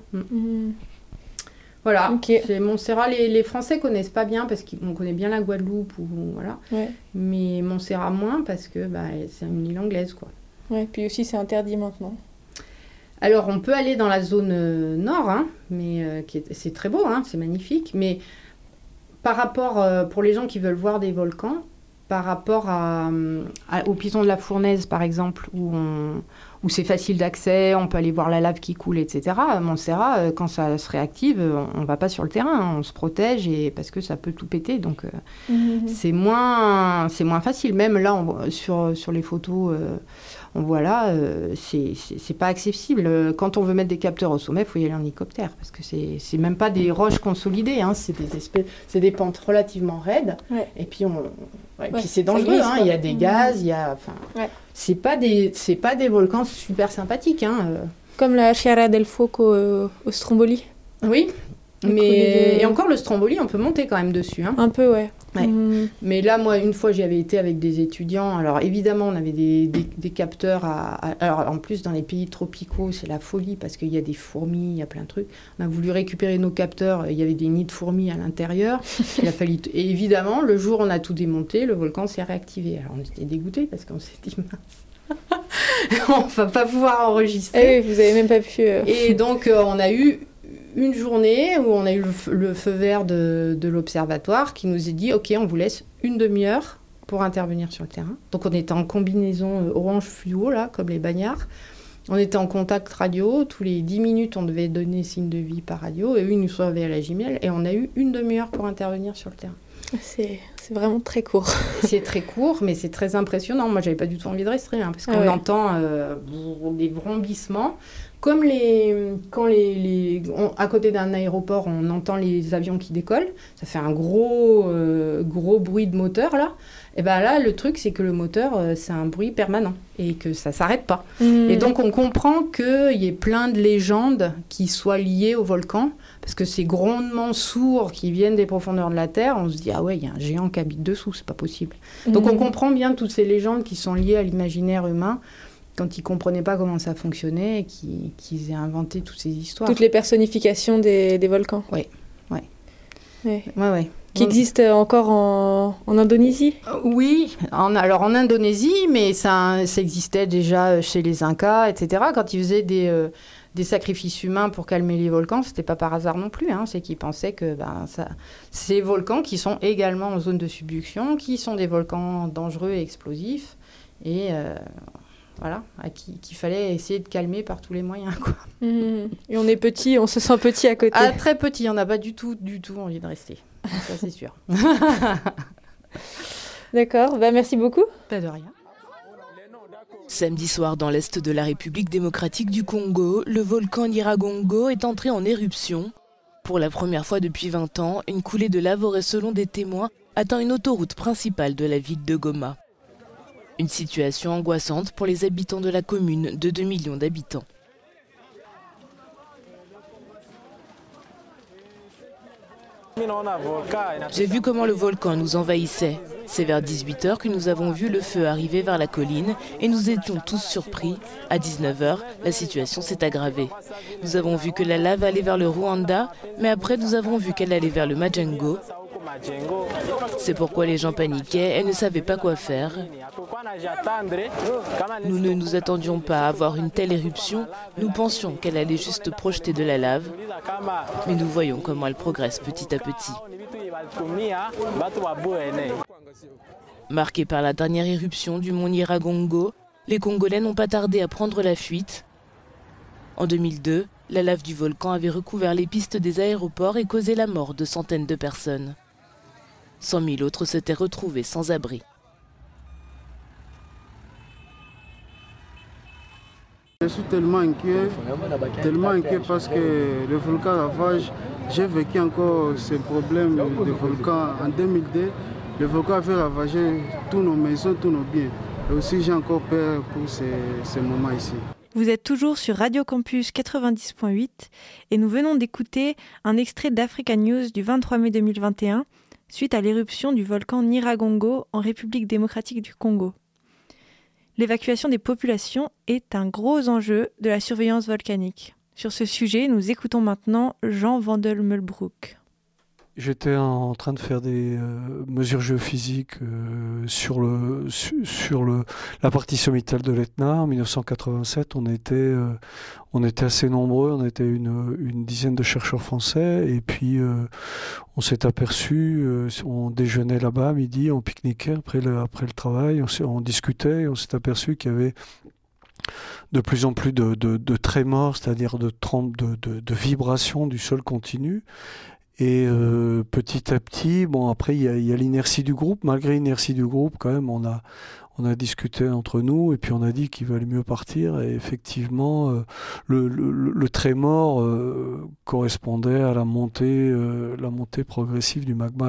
Voilà, c'est Montserrat. Les Français connaissent pas bien parce qu'on connaît bien la Guadeloupe, voilà. Ouais. Mais Montserrat moins parce que c'est une île anglaise, quoi. Ouais, puis aussi c'est interdit maintenant. Alors on peut aller dans la zone nord, mais c'est très beau, c'est magnifique. Mais par rapport, pour les gens qui veulent voir des volcans, par rapport au piton de la Fournaise, par exemple, où c'est facile d'accès, on peut aller voir la lave qui coule, etc. Montserrat, quand ça se réactive, on ne va pas sur le terrain, on se protège parce que ça peut tout péter. Donc, c'est moins facile. Même là, sur les photos, on voit là, c'est pas accessible. Quand on veut mettre des capteurs au sommet, il faut y aller en hélicoptère, parce que c'est même pas des roches consolidées, c'est des pentes relativement raides. Ouais. Et puis, puis c'est dangereux, glisse, il y a des gaz, c'est pas des volcans super sympathiques. Comme la Sierra del Fuoco au Stromboli. Oui, et encore le Stromboli, on peut monter quand même dessus. Un peu, ouais. Mais là, moi, une fois, j'y avais été avec des étudiants. Alors, évidemment, on avait des capteurs. Alors, en plus, dans les pays tropicaux, c'est la folie parce qu'il y a des fourmis, il y a plein de trucs. On a voulu récupérer nos capteurs. Il y avait des nids de fourmis à l'intérieur. Et évidemment, le jour où on a tout démonté, le volcan s'est réactivé. Alors, on était dégoûtés parce qu'on s'est dit... on ne va pas pouvoir enregistrer. Oui, vous n'avez même pas pu... Et donc, on a eu... une journée où on a eu le feu vert de l'observatoire qui nous a dit « Ok, on vous laisse une demi-heure pour intervenir sur le terrain. » Donc, on était en combinaison orange fluo, là, comme les bagnards. On était en contact radio. Tous les 10 minutes, on devait donner signe de vie par radio. Et eux, ils nous surveillaient à la jumelle. Et on a eu une demi-heure pour intervenir sur le terrain. C'est vraiment très court. C'est très court, mais c'est très impressionnant. Moi, j'avais pas du tout envie de rester, parce qu'on entend des vrombissements. Comme à côté d'un aéroport, on entend les avions qui décollent, ça fait un gros bruit de moteur, là. Et bien là, le truc, c'est que le moteur, c'est un bruit permanent et que ça ne s'arrête pas. Et donc, on comprend qu'il y ait plein de légendes qui soient liées au volcan, parce que ces grondements sourds qui viennent des profondeurs de la Terre, on se dit « Ah ouais, il y a un géant qui habite dessous, c'est pas possible. » Donc, on comprend bien toutes ces légendes qui sont liées à l'imaginaire humain, quand ils ne comprenaient pas comment ça fonctionnait et qu'ils aient inventé toutes ces histoires. Toutes les personnifications des volcans. Oui. Qui existent encore en Indonésie ? Oui, alors en Indonésie, mais ça existait déjà chez les Incas, etc. Quand ils faisaient des sacrifices humains pour calmer les volcans, ce n'était pas par hasard non plus. C'est qu'ils pensaient que ces volcans qui sont également en zone de subduction, qui sont des volcans dangereux et explosifs, et... voilà, qu'il fallait essayer de calmer par tous les moyens, quoi. Et on est petit, on se sent petit à côté. Ah, très petit, on n'a pas du tout envie de rester. Ça, c'est sûr. D'accord, merci beaucoup. Pas de rien. Samedi soir, dans l'est de la République démocratique du Congo, le volcan Nyiragongo est entré en éruption. Pour la première fois depuis 20 ans, une coulée de lave aurait, selon des témoins, atteint une autoroute principale de la ville de Goma. Une situation angoissante pour les habitants de la commune de 2 millions d'habitants. J'ai vu comment le volcan nous envahissait. C'est vers 18h que nous avons vu le feu arriver vers la colline et nous étions tous surpris. À 19h, la situation s'est aggravée. Nous avons vu que la lave allait vers le Rwanda, mais après nous avons vu qu'elle allait vers le Majengo. C'est pourquoi les gens paniquaient et ne savaient pas quoi faire. Nous ne nous attendions pas à avoir une telle éruption, nous pensions qu'elle allait juste projeter de la lave, mais nous voyons comment elle progresse petit à petit. Marqués par la dernière éruption du mont Nyiragongo, les Congolais n'ont pas tardé à prendre la fuite. En 2002, la lave du volcan avait recouvert les pistes des aéroports et causé la mort de centaines de personnes. 100 000 autres s'étaient retrouvés sans abri. Je suis tellement inquiet parce que le volcan ravage. J'ai vécu encore ce problème de volcan en 2002. Le volcan avait ravagé toutes nos maisons, tous nos biens. Et aussi, j'ai encore peur pour ces moments ici. Vous êtes toujours sur Radio Campus 90.8 et nous venons d'écouter un extrait d'Africa News du 23 mai 2021 suite à l'éruption du volcan Nyiragongo en République démocratique du Congo. L'évacuation des populations est un gros enjeu de la surveillance volcanique. Sur ce sujet, nous écoutons maintenant Jean Vandelmelbroek. J'étais en train de faire des mesures géophysiques sur la partie sommitale de l'Etna. En 1987, on était assez nombreux, on était une dizaine de chercheurs français. Et puis, on s'est aperçu, on déjeunait là-bas à midi, on pique-niquait après le travail, on discutait et on s'est aperçu qu'il y avait de plus en plus de trémors, c'est-à-dire de vibrations du sol continu. Et petit à petit, après il y a l'inertie du groupe. Malgré l'inertie du groupe, quand même, on a discuté entre nous et puis on a dit qu'il valait mieux partir. Et effectivement, le trémor correspondait à la montée progressive du magma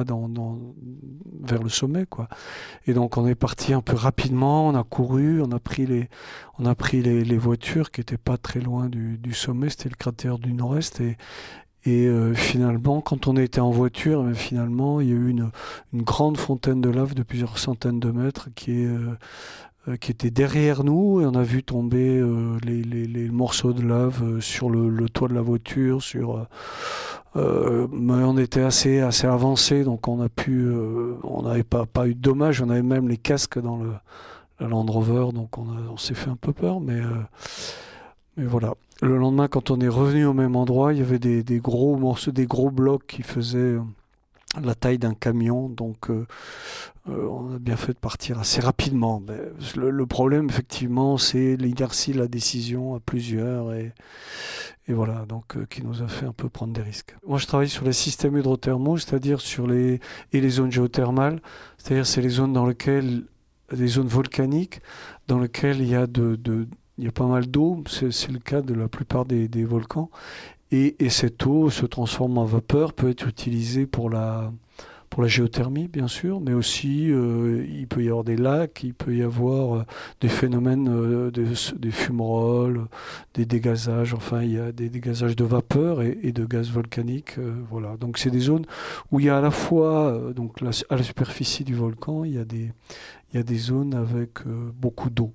vers le sommet, quoi. Et donc on est parti un peu rapidement, on a couru, on a pris les voitures qui n'étaient pas très loin du sommet. C'était le cratère du Nord-Est et finalement, quand on était en voiture, finalement, il y a eu une grande fontaine de lave de plusieurs centaines de mètres qui était derrière nous, et on a vu tomber les morceaux de lave sur le toit de la voiture. Mais on était assez avancé, donc on n'avait pas eu de dommages. On avait même les casques dans la Land Rover, donc on s'est fait un peu peur, mais voilà. Le lendemain, quand on est revenu au même endroit, il y avait des gros morceaux, des gros blocs qui faisaient la taille d'un camion. Donc, on a bien fait de partir assez rapidement. Mais le problème, effectivement, c'est l'inertie de la décision à plusieurs. Et voilà, donc, qui nous a fait un peu prendre des risques. Moi, je travaille sur les systèmes hydrothermaux, c'est-à-dire sur les zones géothermales. C'est-à-dire, c'est les zones des zones volcaniques dans lesquelles il y a pas mal d'eau, c'est le cas de la plupart des volcans, et cette eau se transforme en vapeur, peut être utilisée pour la géothermie, bien sûr, mais aussi il peut y avoir des lacs, il peut y avoir des phénomènes, des fumerolles, des dégazages, enfin il y a des dégazages de vapeur et de gaz volcanique, voilà. Donc c'est des zones où il y a à la fois, à la superficie du volcan, il y a des zones avec beaucoup d'eau.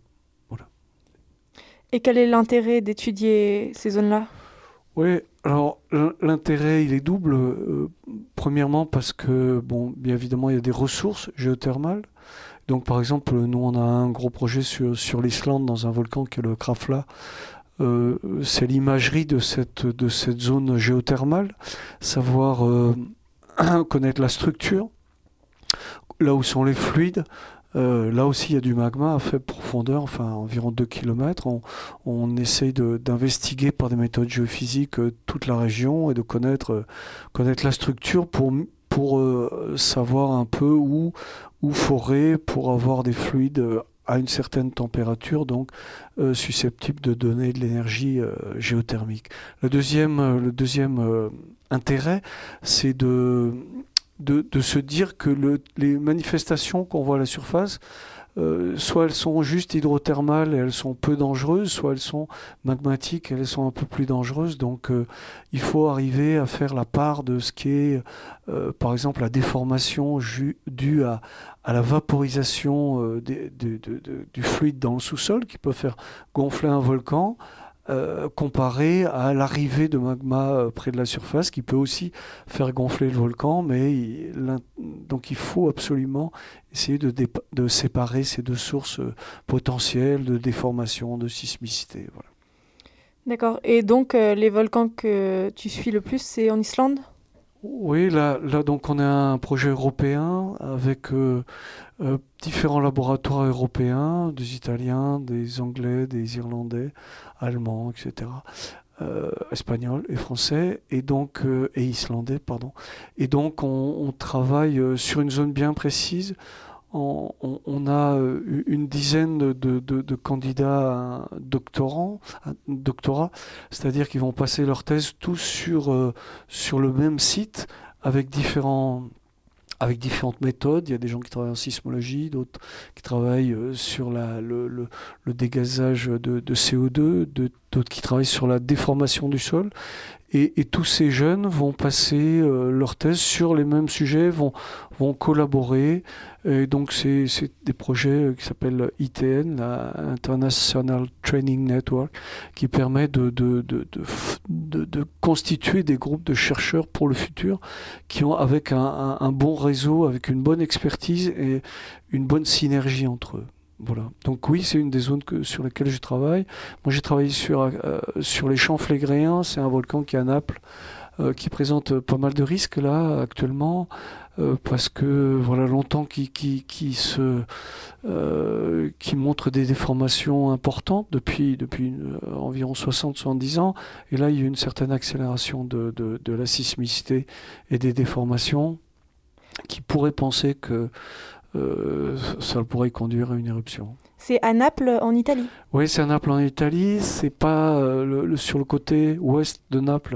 Et quel est l'intérêt d'étudier ces zones-là ? Oui, alors l'intérêt, il est double. Premièrement parce que, bien évidemment, il y a des ressources géothermales. Donc, par exemple, nous, on a un gros projet sur l'Islande, dans un volcan qui est le Krafla. C'est l'imagerie de cette zone géothermale, savoir connaître la structure, là où sont les fluides. Là aussi, il y a du magma à faible profondeur, enfin environ 2 km. On essaye d'investiguer par des méthodes géophysiques toute la région et de connaître la structure pour savoir un peu où forer pour avoir des fluides à une certaine température, donc susceptibles de donner de l'énergie géothermique. Le deuxième intérêt, c'est de se dire que les manifestations qu'on voit à la surface, soit elles sont juste hydrothermales et elles sont peu dangereuses, soit elles sont magmatiques et elles sont un peu plus dangereuses. Donc il faut arriver à faire la part de ce qui est, par exemple, la déformation due à la vaporisation du fluide dans le sous-sol, qui peut faire gonfler un volcan, comparé à l'arrivée de magma près de la surface, qui peut aussi faire gonfler le volcan, donc il faut absolument essayer de séparer ces deux sources potentielles de déformation, de sismicité. Voilà. D'accord. Et donc les volcans que tu suis le plus, c'est en Islande ? Oui, là donc on a un projet européen avec différents laboratoires européens, des Italiens, des Anglais, des Irlandais, Allemands, etc., Espagnols et Français, et Islandais, pardon. Et donc on travaille sur une zone bien précise on a une dizaine de candidats à un doctorat, c'est-à-dire qu'ils vont passer leur thèse tous sur le même site avec différentes méthodes. Il y a des gens qui travaillent en sismologie, d'autres qui travaillent sur le dégazage de CO2, d'autres qui travaillent sur la déformation du sol. Et tous ces jeunes vont passer leur thèse sur les mêmes sujets, vont collaborer. Et donc c'est des projets qui s'appellent ITN, la International Training Network, qui permet de constituer des groupes de chercheurs pour le futur, qui ont avec un bon réseau, avec une bonne expertise et une bonne synergie entre eux. Voilà. Donc oui, c'est une des zones sur lesquelles je travaille. Moi, j'ai travaillé sur les champs flégréens. C'est un volcan qui est à Naples, qui présente pas mal de risques là actuellement, parce que voilà, longtemps qui montre des déformations importantes depuis environ 60-70 ans. Et là, il y a une certaine accélération de la sismicité et des déformations qui pourraient penser que ça pourrait conduire à une éruption. C'est à Naples, en Italie? Oui, c'est à Naples, en Italie. C'est pas sur le côté ouest de Naples.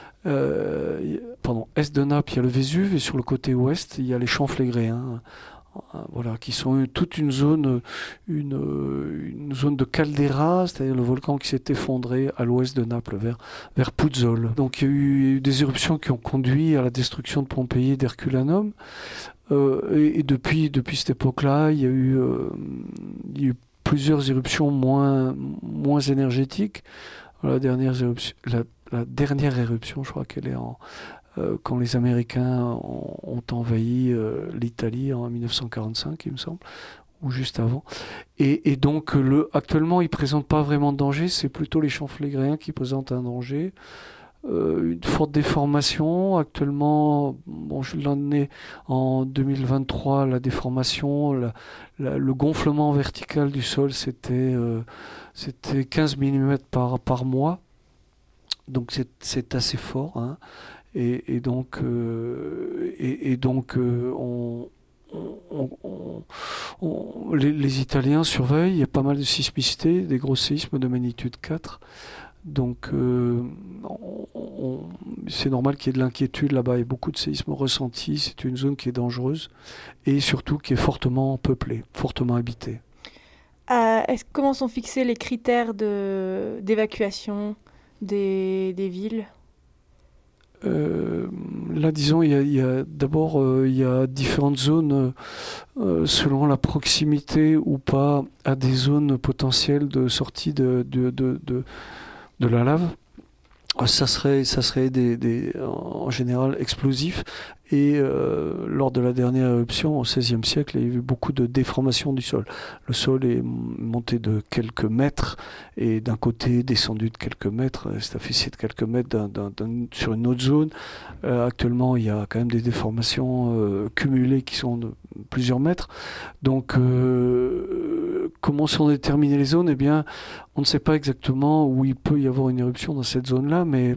Est de Naples, il y a le Vésuve, et sur le côté ouest, il y a les champs flégréens. Voilà, qui sont toute une zone de caldeira, c'est-à-dire le volcan qui s'est effondré à l'ouest de Naples, vers Puzzol. Donc il y a eu des éruptions qui ont conduit à la destruction de Pompéi et d'Herculanum. Et depuis cette époque-là, il y a eu plusieurs éruptions moins énergétiques. La dernière éruption, je crois qu'elle est quand les Américains ont envahi l'Italie en 1945, il me semble, ou juste avant. Et donc, actuellement, ils ne présentent pas vraiment de danger, c'est plutôt les champs flégréens qui présentent un danger. Une forte déformation. Actuellement, je l'en ai en 2023, la déformation, le gonflement vertical du sol, c'était 15 mm par mois. Donc c'est assez fort, hein. Et donc les Italiens surveillent. Il y a pas mal de sismicité, des gros séismes de magnitude 4. Donc c'est normal qu'il y ait de l'inquiétude là-bas. Il y a beaucoup de séismes ressentis. C'est une zone qui est dangereuse et surtout qui est fortement peuplée, fortement habitée. Comment sont fixés les critères d'évacuation des villes? Là, disons, il y a différentes zones selon la proximité ou pas à des zones potentielles de sortie de la lave. Ça serait en général explosif. Et lors de la dernière éruption, au XVIe siècle, il y a eu beaucoup de déformations du sol. Le sol est monté de quelques mètres et d'un côté descendu de quelques mètres, c'est affaissé de quelques mètres sur une autre zone. Actuellement, il y a quand même des déformations cumulées qui sont de plusieurs mètres. Donc, comment sont déterminées les zones? Eh bien, on ne sait pas exactement où il peut y avoir une éruption dans cette zone-là, mais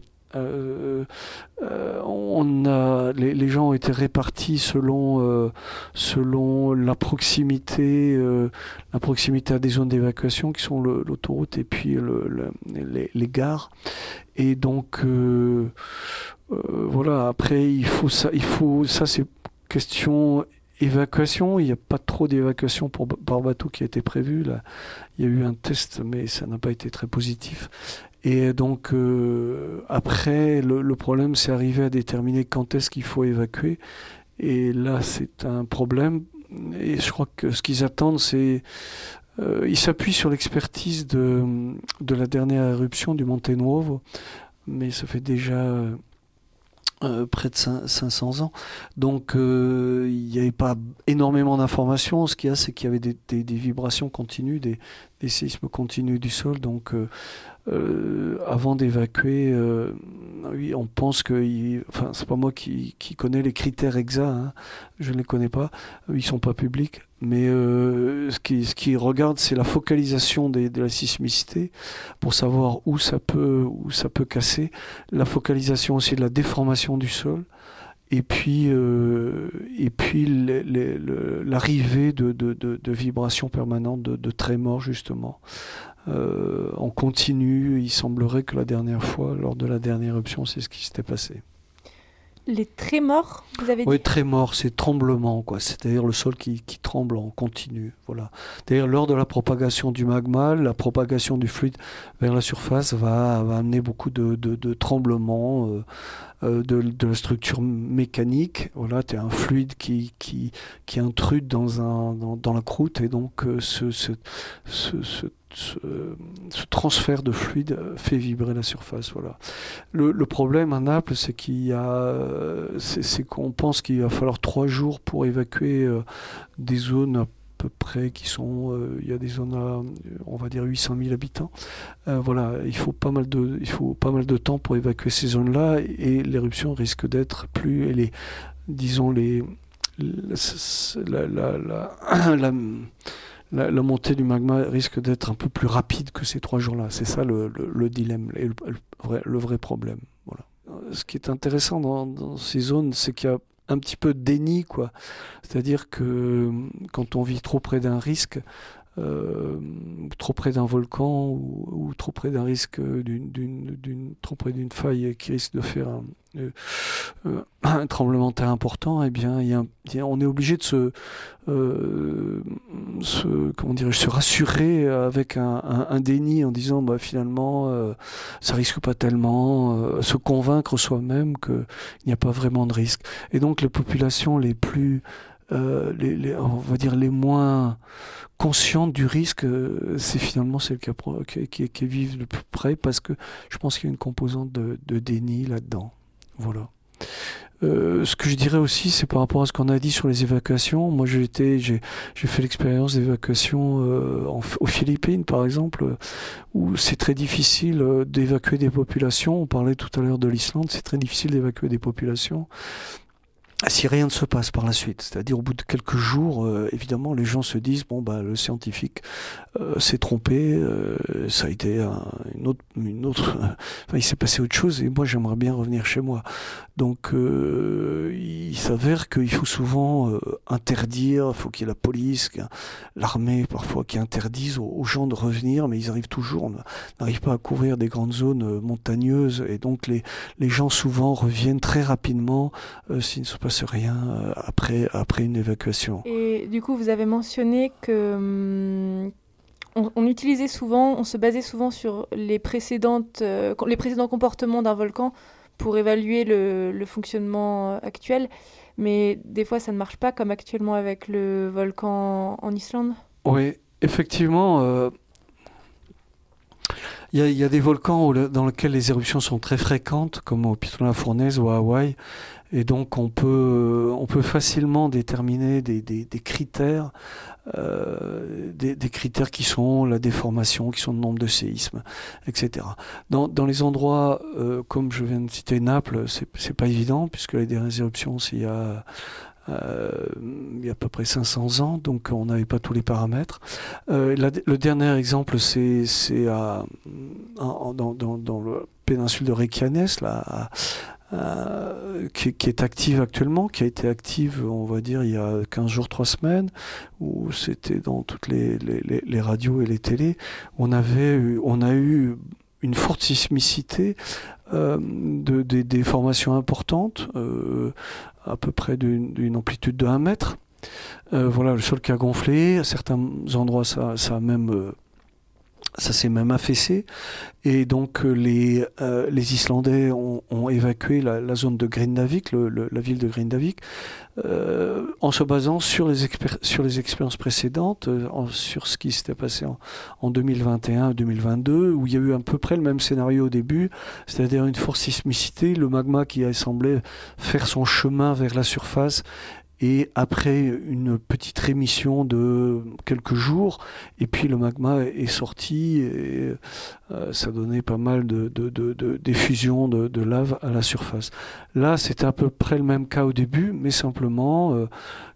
les gens ont été répartis selon la proximité à des zones d'évacuation qui sont l'autoroute et puis les gares. Et donc voilà, après il faut ça c'est question évacuation. Il n'y a pas trop d'évacuation par bateau qui a été prévu. Là, il y a eu un test, mais ça n'a pas été très positif. Et donc, après, le problème, c'est arriver à déterminer quand est-ce qu'il faut évacuer. Et là, c'est un problème. Et je crois que ce qu'ils attendent, c'est... ils s'appuient sur l'expertise de la dernière éruption du Monte Nuovo. Mais ça fait déjà... près de 500 ans. Donc il n'y avait pas énormément d'informations. Ce qu'il y a, c'est qu'il y avait des vibrations continues, des séismes continus du sol. Donc avant d'évacuer, oui, on pense que... Enfin, c'est pas moi qui connais les critères exacts, hein. Je ne les connais pas. Ils sont pas publics. Mais ce qui regarde, c'est la focalisation de la sismicité pour savoir où ça peut casser. La focalisation aussi de la déformation du sol Et puis l'arrivée de vibrations permanentes, de trémors justement. On continue, il semblerait que la dernière fois, lors de la dernière éruption, c'est ce qui s'était passé. Les trémors, vous avez dit ? Oui, trémors, c'est tremblement, quoi. C'est-à-dire le sol qui tremble en continu. Voilà. C'est-à-dire lors de la propagation du magma, la propagation du fluide vers la surface va amener beaucoup de tremblements de la structure mécanique. Voilà, tu as un fluide qui intrude dans la croûte et donc ce transfert de fluide fait vibrer la surface. Voilà. Le problème à Naples, c'est qu'on pense qu'il va falloir 3 jours pour évacuer des zones à peu près qui sont... il y a des zones à, on va dire, 800 000 habitants. Voilà, il faut pas mal de temps pour évacuer ces zones-là et l'éruption risque d'être plus... La montée du magma risque d'être un peu plus rapide que ces 3 jours-là. C'est ça le dilemme, le vrai problème. Voilà. Ce qui est intéressant dans ces zones, c'est qu'il y a un petit peu de déni, quoi. C'est-à-dire que quand on vit trop près d'un risque, trop près d'un volcan ou trop près d'un risque, trop près d'une faille qui risque de faire un tremblement de terre important, eh bien, on est obligé de se rassurer avec un déni en disant finalement ça risque pas tellement, se convaincre soi-même qu'il n'y a pas vraiment de risque. Et donc les populations les plus on va dire les moins conscientes du risque, c'est finalement celles qui vivent le plus près, parce que je pense qu'il y a une composante de déni là-dedans. Voilà. Ce que je dirais aussi, c'est par rapport à ce qu'on a dit sur les évacuations. Moi, j'ai fait l'expérience d'évacuation aux Philippines, par exemple, où c'est très difficile d'évacuer des populations. On parlait tout à l'heure de l'Islande, c'est très difficile d'évacuer des populations si rien ne se passe par la suite. C'est-à-dire au bout de quelques jours, évidemment, les gens se disent le scientifique s'est trompé, ça a été une autre il s'est passé autre chose et moi j'aimerais bien revenir chez moi. Donc il s'avère qu'il faut souvent interdire, il faut qu'il y ait la police, l'armée parfois qui interdisent aux gens de revenir, mais ils arrivent toujours, n'arrivent pas à couvrir des grandes zones montagneuses et donc les gens souvent reviennent très rapidement s'il ne se passe rien après une évacuation. Et du coup, vous avez mentionné que on utilisait souvent, on se basait souvent sur les précédents comportements d'un volcan pour évaluer le fonctionnement actuel, mais des fois ça ne marche pas, comme actuellement avec le volcan en Islande. Oui, effectivement. Il y a des volcans dans lesquels les éruptions sont très fréquentes, comme au Piton de la Fournaise ou à Hawaï. Et donc on peut facilement déterminer des critères, des critères qui sont la déformation, qui sont le nombre de séismes, etc. Dans les endroits comme je viens de citer Naples, c'est pas évident puisque les dernières éruptions il y a à peu près 500 ans, donc on n'avait pas tous les paramètres. Le dernier exemple, c'est dans la péninsule de Reykjanes, là, qui est active actuellement, qui a été active, on va dire, il y a 15 jours, 3 semaines, où c'était dans toutes les radios et les télés. On a eu une forte sismicité, des formations importantes, à peu près d'une amplitude de 1 mètre. Voilà, le sol qui a gonflé. À certains endroits, ça s'est même affaissé. Et donc, les Islandais ont évacué la zone de Grindavik, la ville de Grindavik, en se basant sur les expériences précédentes, sur ce qui s'était passé en 2021-2022, où il y a eu à peu près le même scénario au début, c'est-à-dire une forte sismicité, le magma qui a semblé faire son chemin vers la surface, et après une petite rémission de quelques jours, et puis le magma est sorti, et ça donnait pas mal d'effusion de lave à la surface. Là, c'était à peu près le même cas au début, mais simplement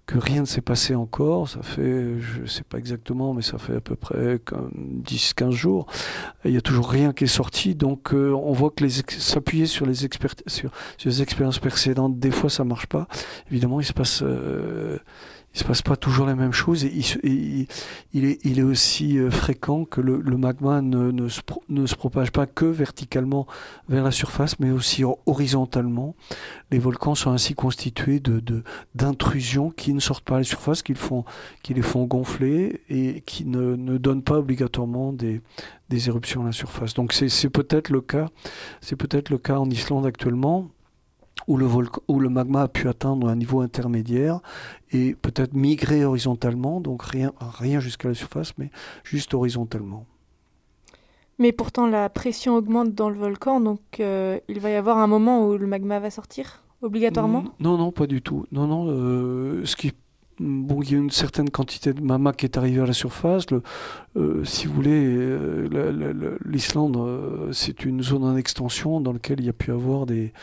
que rien ne s'est passé encore. Ça fait, je ne sais pas exactement, mais ça fait à peu près 10-15 jours. Il n'y a toujours rien qui est sorti. Donc on voit que s'appuyer sur les expériences précédentes, des fois ça ne marche pas. Évidemment, il se passe pas toujours la même chose. Et il est aussi fréquent que le magma ne se propage pas que verticalement vers la surface, mais aussi horizontalement. Les volcans sont ainsi constitués d'intrusions qui ne sortent pas à la surface, qui les font gonfler et qui ne donnent pas obligatoirement des éruptions à la surface. Donc c'est peut-être le cas en Islande actuellement, où le magma a pu atteindre un niveau intermédiaire et peut-être migrer horizontalement, donc rien jusqu'à la surface, mais juste horizontalement. Mais pourtant, la pression augmente dans le volcan, donc il va y avoir un moment où le magma va sortir, obligatoirement ? Non, pas du tout. Il y a une certaine quantité de magma qui est arrivée à la surface. Si vous voulez, l'Islande, c'est une zone en extension dans laquelle il y a pu avoir des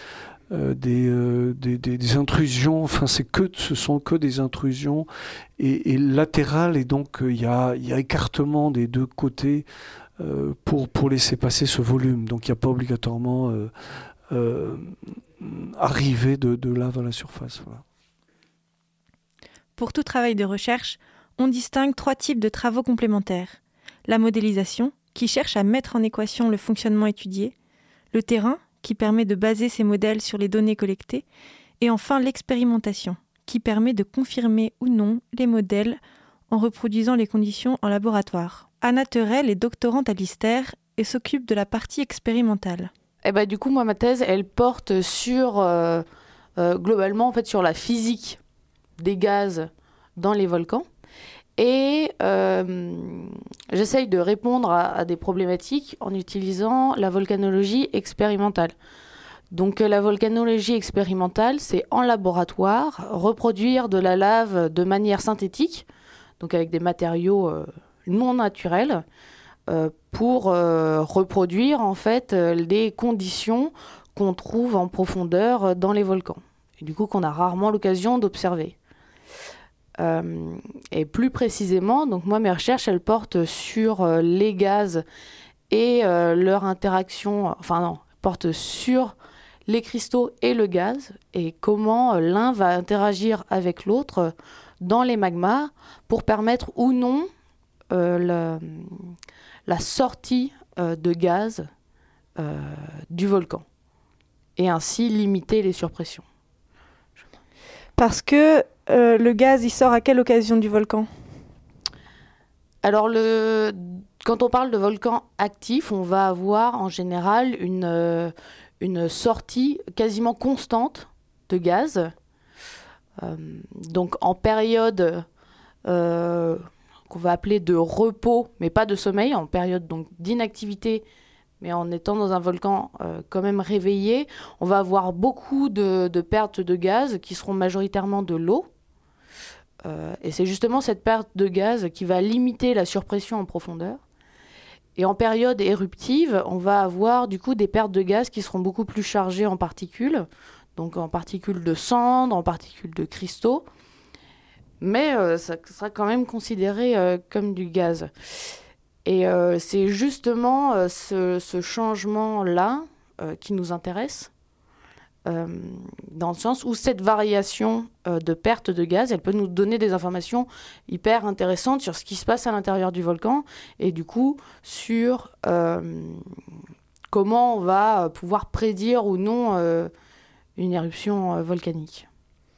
intrusions, enfin ce sont que des intrusions et latérales, et donc il y a écartement des deux côtés pour laisser passer ce volume. Donc il n'y a pas obligatoirement arrivée de lave à la surface. Voilà. Pour tout travail de recherche, on distingue 3 types de travaux complémentaires. La modélisation, qui cherche à mettre en équation le fonctionnement étudié, le terrain, qui permet de baser ces modèles sur les données collectées, et enfin l'expérimentation, qui permet de confirmer ou non les modèles en reproduisant les conditions en laboratoire. Anna Terrell est doctorante à l'ISTER et s'occupe de la partie expérimentale. Du coup, moi, ma thèse, elle porte sur, globalement, en fait, sur la physique des gaz dans les volcans. Et j'essaye de répondre à des problématiques en utilisant la volcanologie expérimentale. Donc la volcanologie expérimentale, c'est en laboratoire, reproduire de la lave de manière synthétique, donc avec des matériaux non naturels, pour reproduire en fait les conditions qu'on trouve en profondeur dans les volcans, et du coup qu'on a rarement l'occasion d'observer. Et plus précisément, donc moi mes recherches elles portent sur les gaz et leur interaction, portent sur les cristaux et le gaz et comment l'un va interagir avec l'autre dans les magmas pour permettre ou non la sortie de gaz du volcan et ainsi limiter les surpressions. Parce que le gaz, il sort à quelle occasion du volcan ? Alors, quand on parle de volcan actif, on va avoir en général une sortie quasiment constante de gaz. Donc, en période qu'on va appeler de repos, mais pas de sommeil, en période donc, d'inactivité, mais en étant dans un volcan quand même réveillé, on va avoir beaucoup de pertes de gaz qui seront majoritairement de l'eau. Et c'est justement cette perte de gaz qui va limiter la surpression en profondeur. Et en période éruptive, on va avoir du coup des pertes de gaz qui seront beaucoup plus chargées en particules, donc en particules de cendres, en particules de cristaux. Mais ça sera quand même considéré comme du gaz. Et c'est justement ce changement-là qui nous intéresse, dans le sens où cette variation de perte de gaz, elle peut nous donner des informations hyper intéressantes sur ce qui se passe à l'intérieur du volcan et du coup sur comment on va pouvoir prédire ou non une éruption volcanique.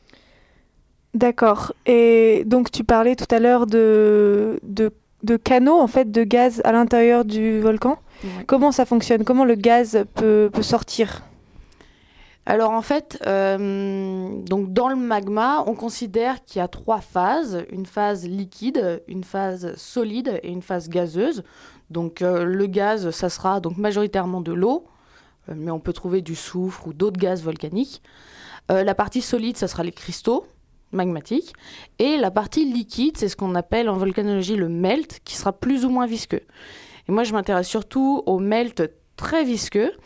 D'accord. Et donc tu parlais tout à l'heure de canaux en fait de gaz à l'intérieur du volcan. Oui. Comment ça fonctionne ? Comment le gaz peut sortir ? Alors en fait, donc dans le magma, on considère qu'il y a 3 phases, une phase liquide, une phase solide et une phase gazeuse. Donc le gaz, ça sera donc majoritairement de l'eau, mais on peut trouver du soufre ou d'autres gaz volcaniques. La partie solide, ça sera les cristaux magmatiques. Et la partie liquide, c'est ce qu'on appelle en volcanologie le melt, qui sera plus ou moins visqueux. Et moi, je m'intéresse surtout au melt très visqueux.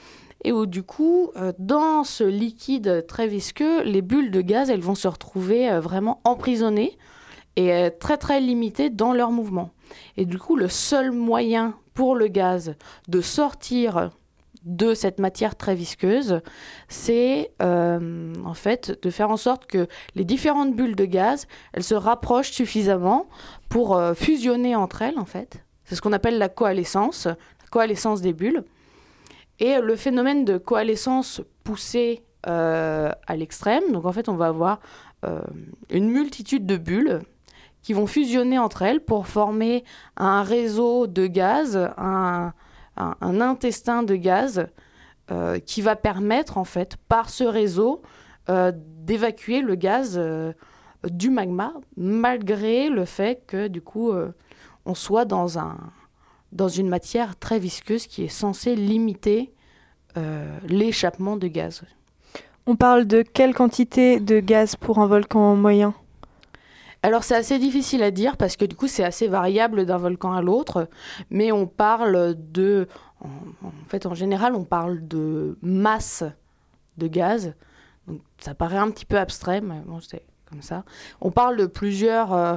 et où du coup, dans ce liquide très visqueux, les bulles de gaz, elles vont se retrouver vraiment emprisonnées et très très limitées dans leur mouvement. Et du coup, le seul moyen pour le gaz de sortir de cette matière très visqueuse, c'est en fait de faire en sorte que les différentes bulles de gaz, elles se rapprochent suffisamment pour fusionner entre elles, en fait. C'est ce qu'on appelle la coalescence des bulles. Et le phénomène de coalescence poussé à l'extrême, donc en fait on va avoir une multitude de bulles qui vont fusionner entre elles pour former un réseau de gaz, un intestin de gaz qui va permettre en fait par ce réseau d'évacuer le gaz du magma, malgré le fait que du coup on soit dans une matière très visqueuse qui est censée limiter l'échappement de gaz. On parle de quelle quantité de gaz pour un volcan moyen ? Alors c'est assez difficile à dire parce que du coup c'est assez variable d'un volcan à l'autre, mais on parle de, en fait en général on parle de masse de gaz, donc ça paraît un petit peu abstrait, mais bon c'est comme ça. On parle de plusieurs,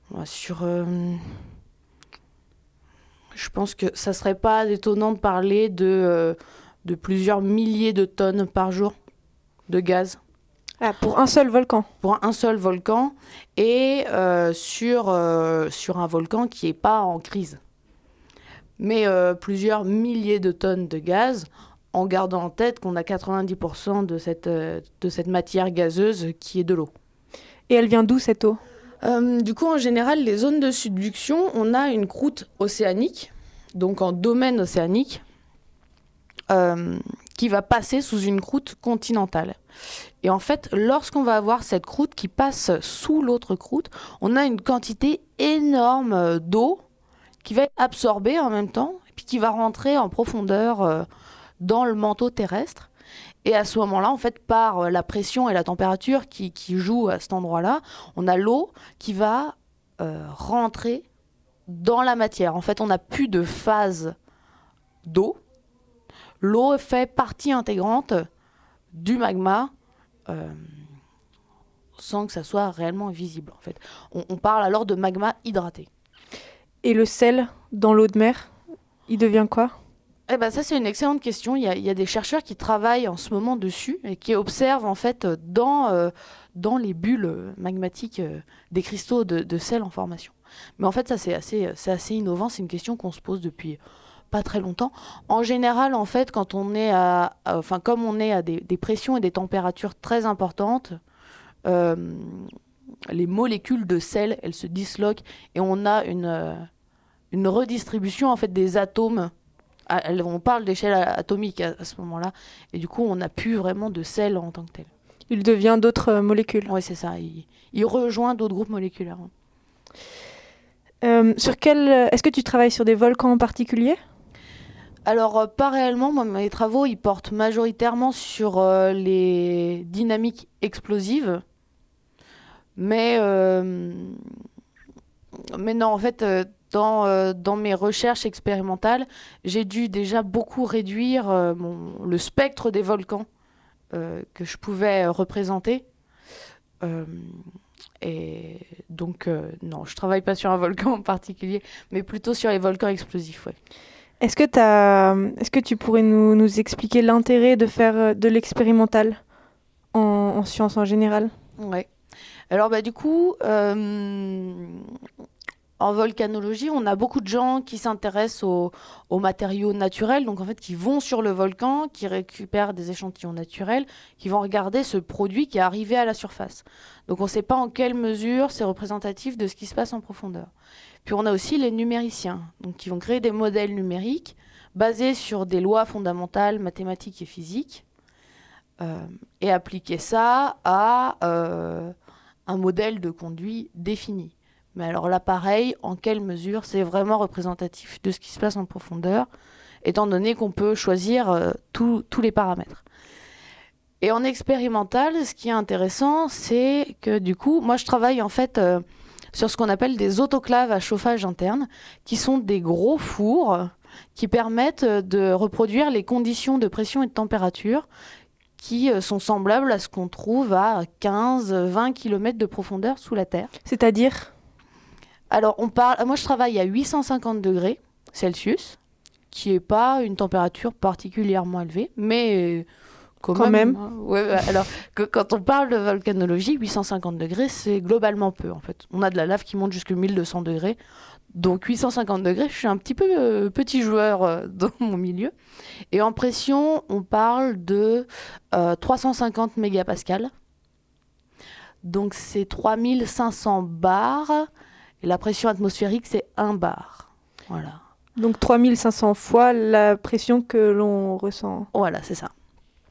je pense que ça serait pas étonnant de parler de plusieurs milliers de tonnes par jour de gaz. Ah, pour un seul volcan. Pour un seul volcan et sur un volcan qui n'est pas en crise. Mais plusieurs milliers de tonnes de gaz, en gardant en tête qu'on a 90% de cette matière gazeuse qui est de l'eau. Et elle vient d'où cette eau ? Du coup, en général, les zones de subduction, on a une croûte océanique, donc en domaine océanique, qui va passer sous une croûte continentale. Et en fait, lorsqu'on va avoir cette croûte qui passe sous l'autre croûte, on a une quantité énorme d'eau qui va être absorbée en même temps, et puis qui va rentrer en profondeur dans le manteau terrestre. Et à ce moment-là, en fait, par la pression et la température qui jouent à cet endroit-là, on a l'eau qui va rentrer dans la matière. En fait, on n'a plus de phase d'eau. L'eau fait partie intégrante du magma sans que ça soit réellement visible. En fait. On parle alors de magma hydraté. Et le sel dans l'eau de mer, il devient quoi ? Eh ben ça, c'est une excellente question. Il y a des chercheurs qui travaillent en ce moment dessus et qui observent en fait dans les bulles magmatiques des cristaux de sel en formation. Mais en fait, ça, c'est assez innovant. C'est une question qu'on se pose depuis pas très longtemps. En général, en fait, quand on est comme on est à des pressions et des températures très importantes, les molécules de sel, elles se disloquent et on a une redistribution en fait des atomes. On parle d'échelle atomique à ce moment-là, et du coup, on n'a plus vraiment de sel en tant que tel. Il devient d'autres molécules. Oui, c'est ça. Il rejoint d'autres groupes moléculaires. Est-ce que tu travailles sur des volcans en particulier ? Alors, pas réellement. Moi, mes travaux, ils portent majoritairement sur les dynamiques explosives. Mais non, en fait, dans mes recherches expérimentales, j'ai dû déjà beaucoup réduire le spectre des volcans que je pouvais représenter. Et donc, non, je ne travaille pas sur un volcan en particulier, mais plutôt sur les volcans explosifs. Ouais. Est-ce que tu pourrais nous expliquer l'intérêt de faire de l'expérimental en sciences en général ? Ouais. Alors, du coup, en volcanologie, on a beaucoup de gens qui s'intéressent aux matériaux naturels, donc en fait qui vont sur le volcan, qui récupèrent des échantillons naturels, qui vont regarder ce produit qui est arrivé à la surface. Donc on ne sait pas en quelle mesure c'est représentatif de ce qui se passe en profondeur. Puis on a aussi les numériciens, donc qui vont créer des modèles numériques basés sur des lois fondamentales mathématiques et physiques et appliquer ça à un modèle de conduit défini. Mais alors là, pareil, en quelle mesure c'est vraiment représentatif de ce qui se passe en profondeur, étant donné qu'on peut choisir tous les paramètres. Et en expérimental, ce qui est intéressant, c'est que du coup, moi je travaille en fait sur ce qu'on appelle des autoclaves à chauffage interne, qui sont des gros fours qui permettent de reproduire les conditions de pression et de température qui sont semblables à ce qu'on trouve à 15-20 km de profondeur sous la Terre. C'est-à-dire ? Alors, moi, je travaille à 850 degrés Celsius, qui n'est pas une température particulièrement élevée, mais quand même. Ouais, alors, quand on parle de volcanologie, 850 degrés, c'est globalement peu, en fait. On a de la lave qui monte jusqu'à 1200 degrés. Donc, 850 degrés, je suis un petit peu petit joueur dans mon milieu. Et en pression, on parle de 350 mégapascales. Donc, c'est 3500 bars. Et la pression atmosphérique, c'est 1 bar. Voilà. Donc 3500 fois la pression que l'on ressent. Voilà, c'est ça.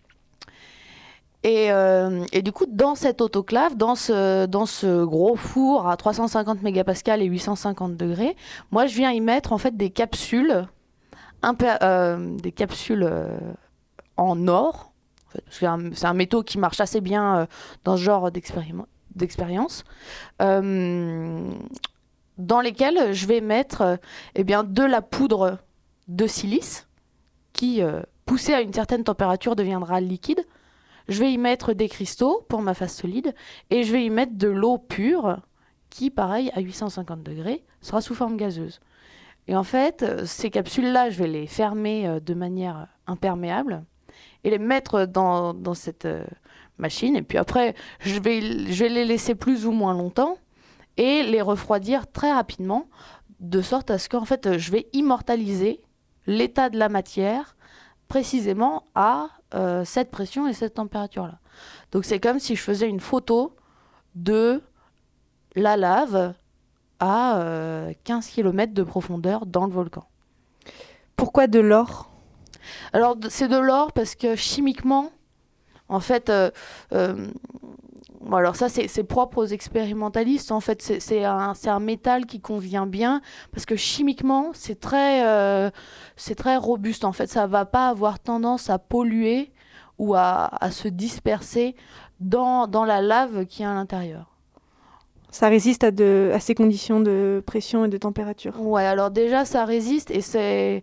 Et du coup, dans cette autoclave, dans ce gros four à 350 mégapascales et 850 degrés, moi, je viens y mettre en fait des capsules en or. En fait, c'est un métaux qui marche assez bien dans ce genre d'expérience. Dans lesquels je vais mettre de la poudre de silice qui, poussée à une certaine température, deviendra liquide. Je vais y mettre des cristaux pour ma phase solide et je vais y mettre de l'eau pure qui, pareil, à 850 degrés, sera sous forme gazeuse. Et en fait, ces capsules-là, je vais les fermer de manière imperméable et les mettre dans cette machine. Et puis après, je vais les laisser plus ou moins longtemps et les refroidir très rapidement, de sorte à ce qu'en fait, je vais immortaliser l'état de la matière précisément à cette pression et cette température-là. Donc c'est comme si je faisais une photo de la lave à 15 km de profondeur dans le volcan. Pourquoi de l'or ? Alors c'est de l'or parce que chimiquement, en fait, alors ça c'est propre aux expérimentalistes. En fait, c'est un métal qui convient bien parce que chimiquement c'est très robuste. En fait, ça va pas avoir tendance à polluer ou à se disperser dans la lave qui est à l'intérieur. Ça résiste à ces conditions de pression et de température. Ouais, alors déjà ça résiste et c'est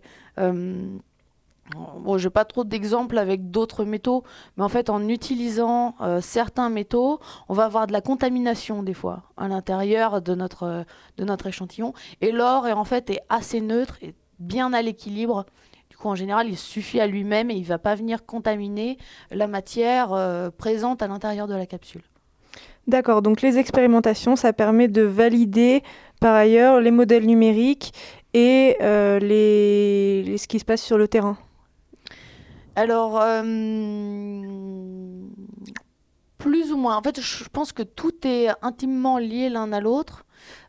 bon, j'ai pas trop d'exemples avec d'autres métaux, mais en fait, en utilisant certains métaux, on va avoir de la contamination des fois à l'intérieur de notre échantillon. Et l'or est assez neutre et bien à l'équilibre. Du coup, en général, il suffit à lui-même et il va pas venir contaminer la matière présente à l'intérieur de la capsule. D'accord, donc les expérimentations, ça permet de valider par ailleurs les modèles numériques et ce qui se passe sur le terrain. Alors, plus ou moins. En fait, je pense que tout est intimement lié l'un à l'autre,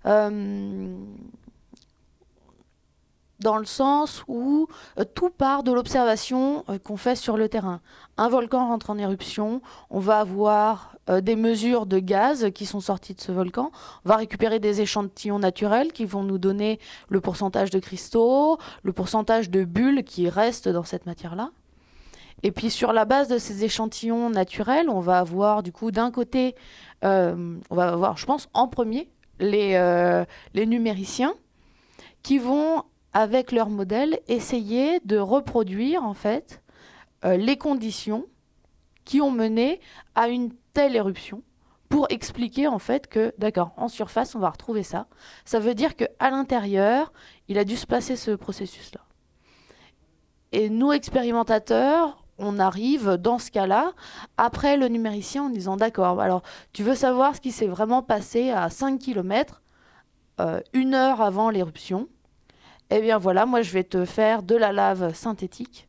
dans le sens où tout part de l'observation qu'on fait sur le terrain. Un volcan rentre en éruption, on va avoir des mesures de gaz qui sont sorties de ce volcan, on va récupérer des échantillons naturels qui vont nous donner le pourcentage de cristaux, le pourcentage de bulles qui restent dans cette matière-là. Et puis sur la base de ces échantillons naturels, on va avoir du coup d'un côté, on va avoir, je pense, en premier, les numériciens qui vont, avec leur modèle, essayer de reproduire en fait les conditions qui ont mené à une telle éruption pour expliquer en fait que, d'accord, en surface, on va retrouver ça. Ça veut dire qu'à l'intérieur, il a dû se passer ce processus-là. Et nous, expérimentateurs, on arrive dans ce cas-là, après le numéricien, en disant d'accord, alors tu veux savoir ce qui s'est vraiment passé à 5 km, 1 heure avant l'éruption. Eh bien voilà, moi je vais te faire de la lave synthétique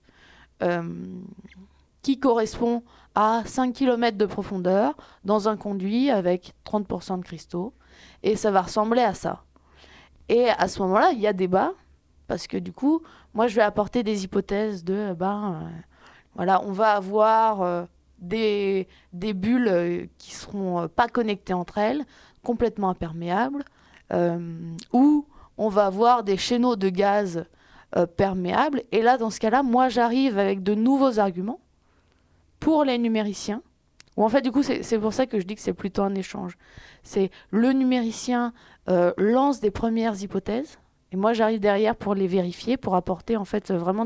qui correspond à 5 km de profondeur dans un conduit avec 30% de cristaux. Et ça va ressembler à ça. Et à ce moment-là, il y a débat, parce que du coup, moi je vais apporter des hypothèses de... Voilà, on va avoir des bulles qui seront pas connectées entre elles, complètement imperméables, ou on va avoir des chaînons de gaz perméables. Et là, dans ce cas-là, moi, j'arrive avec de nouveaux arguments pour les numériciens. Ou en fait, du coup, c'est pour ça que je dis que c'est plutôt un échange. C'est le numéricien lance des premières hypothèses Et moi, j'arrive derrière pour les vérifier, pour apporter en fait vraiment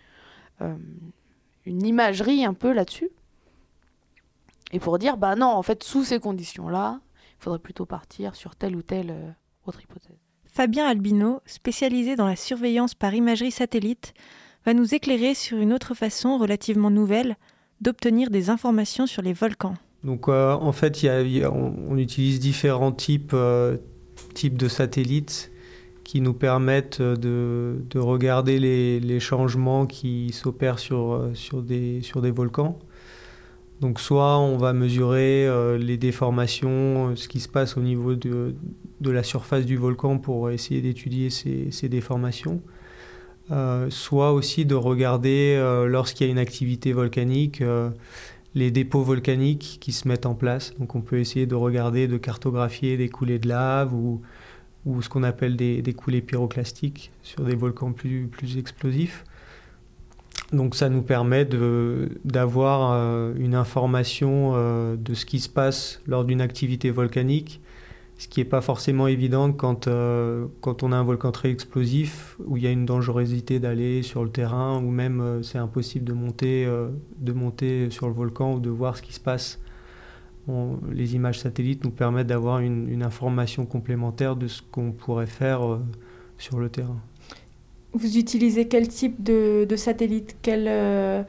une imagerie un peu là-dessus. Et pour dire, bah non, en fait, sous ces conditions-là, il faudrait plutôt partir sur telle ou telle autre hypothèse. Fabien Albino, spécialisé dans la surveillance par imagerie satellite, va nous éclairer sur une autre façon relativement nouvelle d'obtenir des informations sur les volcans. Donc en fait, on utilise différents types de satellites qui nous permettent de regarder les changements qui s'opèrent sur des volcans. Donc soit on va mesurer les déformations, ce qui se passe au niveau de la surface du volcan pour essayer d'étudier ces déformations. Soit aussi de regarder, lorsqu'il y a une activité volcanique, les dépôts volcaniques qui se mettent en place. Donc on peut essayer de regarder, de cartographier des coulées de lave ou ce qu'on appelle des coulées pyroclastiques sur des volcans plus explosifs. Donc ça nous permet d'avoir une information de ce qui se passe lors d'une activité volcanique, ce qui n'est pas forcément évident quand on a un volcan très explosif, où il y a une dangerosité d'aller sur le terrain, ou même c'est impossible de monter sur le volcan ou de voir ce qui se passe. Les images satellites nous permettent d'avoir une information complémentaire de ce qu'on pourrait faire sur le terrain. Vous utilisez quel type de satellite, quelle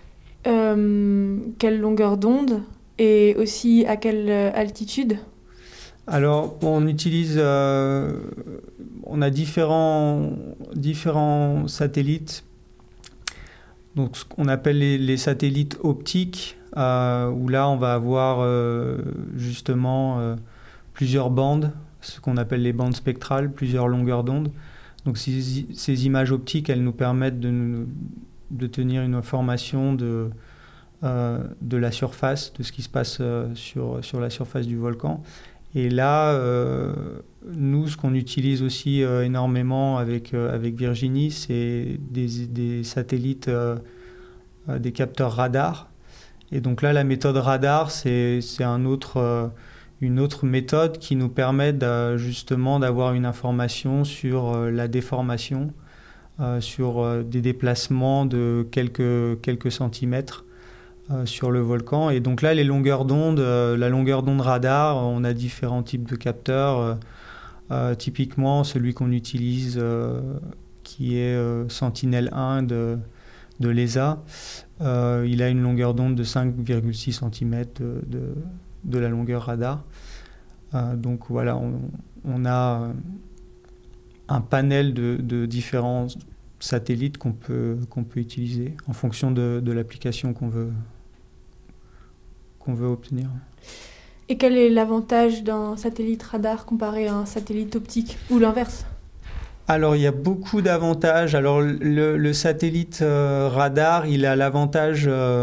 longueur d'onde et aussi à quelle altitude ? Alors, on utilise, on a différents satellites, donc ce qu'on appelle les satellites optiques, où là on va avoir justement plusieurs bandes, ce qu'on appelle les bandes spectrales, plusieurs longueurs d'onde. Donc ces images optiques, elles nous permettent de tenir une information de la surface, de ce qui se passe sur la surface du volcan. Et là, nous, ce qu'on utilise aussi énormément avec Virginie, c'est des satellites, des capteurs radar. Et donc là, la méthode radar, c'est une autre méthode qui nous permet justement d'avoir une information sur la déformation, sur des déplacements de quelques centimètres sur le volcan. Et donc là, les longueurs d'onde, la longueur d'onde radar, on a différents types de capteurs. Typiquement, celui qu'on utilise, qui est Sentinel-1 de l'ESA, il a une longueur d'onde de 5,6 cm de la longueur radar. Donc voilà, on a un panel de différents satellites qu'on peut utiliser en fonction de l'application qu'on veut obtenir. Et quel est l'avantage d'un satellite radar comparé à un satellite optique ou l'inverse ? Alors, il y a beaucoup d'avantages. Alors, le satellite radar, il a l'avantage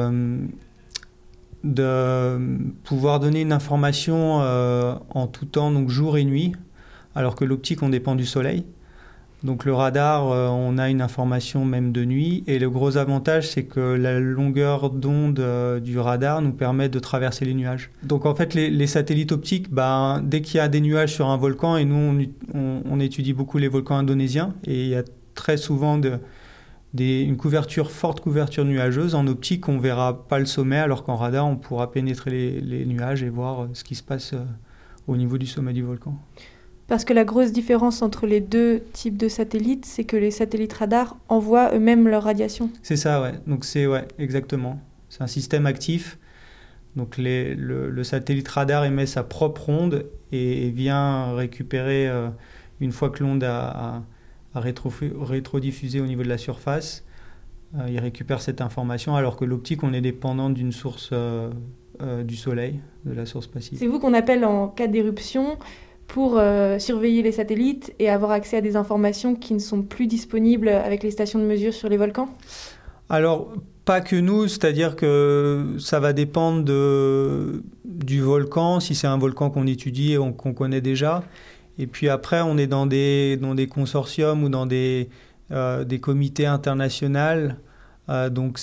de pouvoir donner une information en tout temps, donc jour et nuit, alors que l'optique, on dépend du soleil. Donc le radar, on a une information même de nuit. Et le gros avantage, c'est que la longueur d'onde du radar nous permet de traverser les nuages. Donc en fait, les satellites optiques, dès qu'il y a des nuages sur un volcan, et nous, on étudie beaucoup les volcans indonésiens, et il y a très souvent une forte couverture nuageuse. En optique, on ne verra pas le sommet, alors qu'en radar, on pourra pénétrer les nuages et voir ce qui se passe au niveau du sommet du volcan. Parce que la grosse différence entre les deux types de satellites, c'est que les satellites radars envoient eux-mêmes leur radiation. C'est ça, ouais. Donc exactement. C'est un système actif. Donc le satellite radar émet sa propre onde et vient récupérer, une fois que l'onde a rétrodiffusé au niveau de la surface, il récupère cette information, alors que l'optique, on est dépendant d'une source du soleil, de la source passive. C'est vous qu'on appelle en cas d'éruption pour surveiller les satellites et avoir accès à des informations qui ne sont plus disponibles avec les stations de mesure sur les volcans ? Alors, pas que nous, c'est-à-dire que ça va dépendre du volcan, si c'est un volcan qu'on étudie et qu'on connaît déjà. Et puis après, on est dans des consortiums ou dans des comités internationaux. Donc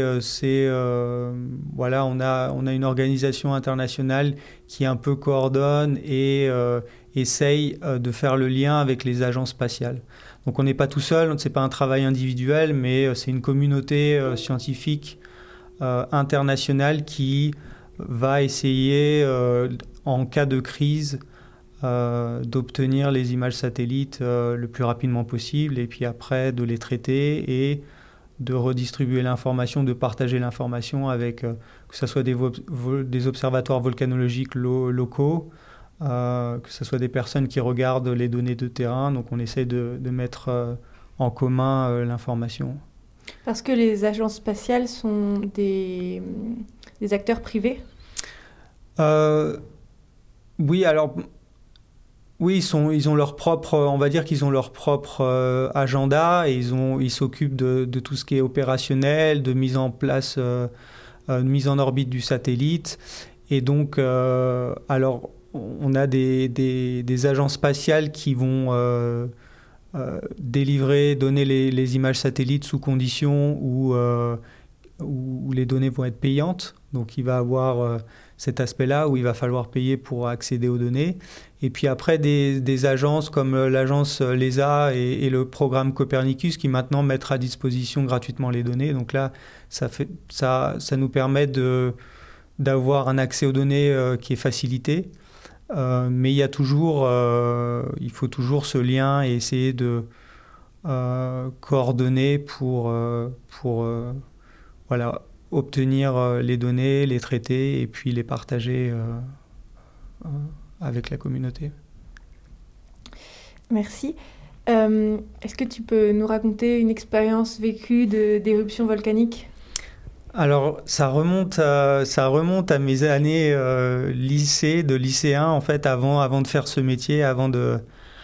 voilà, on a une organisation internationale qui un peu coordonne et essaye de faire le lien avec les agences spatiales. Donc on n'est pas tout seul, c'est pas un travail individuel, mais c'est une communauté scientifique internationale qui va essayer, en cas de crise, d'obtenir les images satellites le plus rapidement possible, et puis après de les traiter et de redistribuer l'information, de partager l'information avec que ce soit des observatoires volcanologiques locaux, que ce soit des personnes qui regardent les données de terrain. Donc on essaie de mettre en commun l'information. Parce que les agences spatiales sont des acteurs privés ? Oui, alors... Oui, ils ont leur propre, on va dire qu'ils ont leur propre agenda, et ils s'occupent de tout ce qui est opérationnel, de mise en place, mise en orbite du satellite. Et donc, alors, on a des agences spatiales qui vont donner les images satellites sous conditions où les données vont être payantes. Donc, il va avoir cet aspect-là où il va falloir payer pour accéder aux données. Et puis après, des agences comme l'agence LESA et le programme Copernicus qui maintenant mettent à disposition gratuitement les données. Donc là, ça nous permet d'avoir un accès aux données qui est facilité. Mais il faut toujours ce lien et essayer de coordonner pour obtenir les données, les traiter et puis les partager avec la communauté. Merci. Est-ce que tu peux nous raconter une expérience vécue d'éruption volcanique ? Alors, ça remonte à mes années de lycéen, en fait, avant de faire ce métier, avant de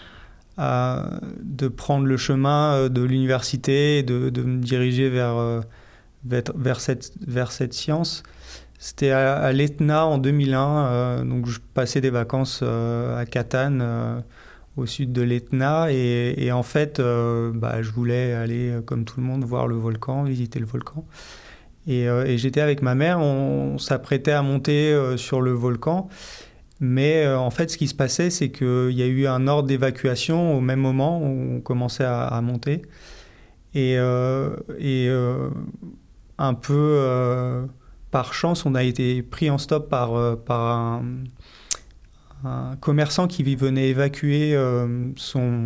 prendre le chemin de l'université, de me diriger vers cette science. C'était à l'Etna en 2001, donc je passais des vacances à Catane, au sud de l'Etna, et en fait, je voulais aller, comme tout le monde, voir le volcan, visiter le volcan. Et j'étais avec ma mère, on s'apprêtait à monter sur le volcan, mais en fait, ce qui se passait, c'est qu'il y a eu un ordre d'évacuation au même moment où on commençait à monter, et un peu... par chance, on a été pris en stop par un commerçant qui venait évacuer son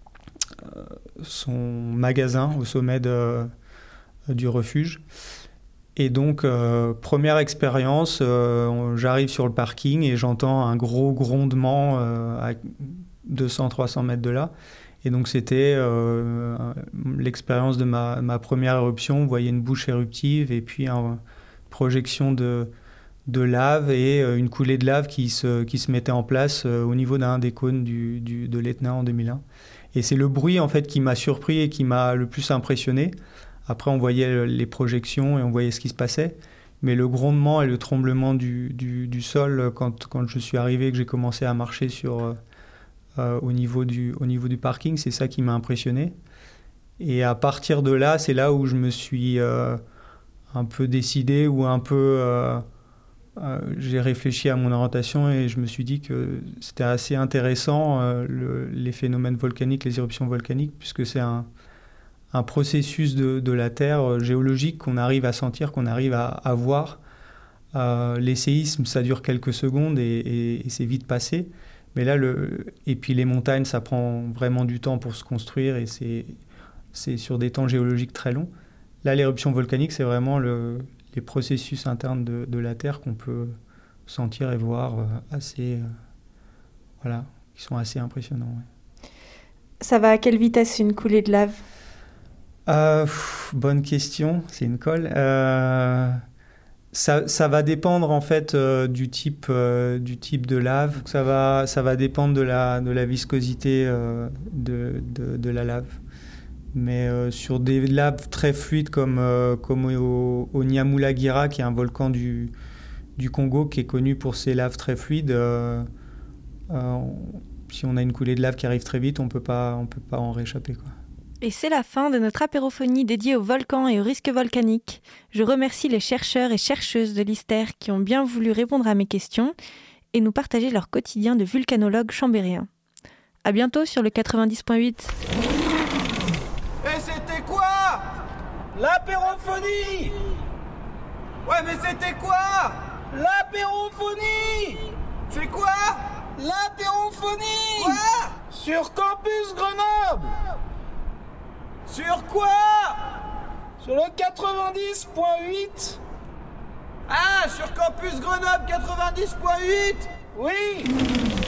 magasin au sommet du refuge. Et donc, première expérience, j'arrive sur le parking et j'entends un gros grondement à 200-300 mètres de là. Et donc, c'était l'expérience de ma première éruption. Vous voyez une bouche éruptive et puis projection de lave et une coulée de lave qui se mettait en place au niveau d'un des cônes de l'Etna en 2001. Et c'est le bruit en fait qui m'a surpris et qui m'a le plus impressionné. Après, on voyait les projections et on voyait ce qui se passait. Mais le grondement et le tremblement du sol, quand je suis arrivé et que j'ai commencé à marcher au niveau du parking, c'est ça qui m'a impressionné. Et à partir de là, c'est là où je me suis... un peu décidé ou un peu... j'ai réfléchi à mon orientation et je me suis dit que c'était assez intéressant, les phénomènes volcaniques, les éruptions volcaniques, puisque c'est un processus de la Terre géologique qu'on arrive à sentir, qu'on arrive à voir. Les séismes, ça dure quelques secondes et c'est vite passé. Mais là, et puis les montagnes, ça prend vraiment du temps pour se construire et c'est sur des temps géologiques très longs. Là, l'éruption volcanique, c'est vraiment les processus internes de la Terre qu'on peut sentir et voir qui sont assez impressionnants. Ouais. Ça va à quelle vitesse une coulée de lave ? Bonne question, c'est une colle. Ça va dépendre en fait du type de lave. Ça va dépendre de la viscosité de la lave. Mais sur des laves très fluides comme au Nyamulagira, qui est un volcan du Congo qui est connu pour ses laves très fluides, si on a une coulée de lave qui arrive très vite, on peut pas en réchapper, quoi. Et c'est la fin de notre apérophonie dédiée aux volcans et aux risques volcaniques. Je remercie les chercheurs et chercheuses de l'ISTER qui ont bien voulu répondre à mes questions et nous partager leur quotidien de vulcanologues chambériens. À bientôt sur le 90.8. L'apérophonie! Ouais, mais c'était quoi? L'apérophonie! C'est quoi? L'apérophonie! Quoi? Sur Campus Grenoble! Sur quoi? Sur le 90.8. Ah, sur Campus Grenoble 90.8? Oui!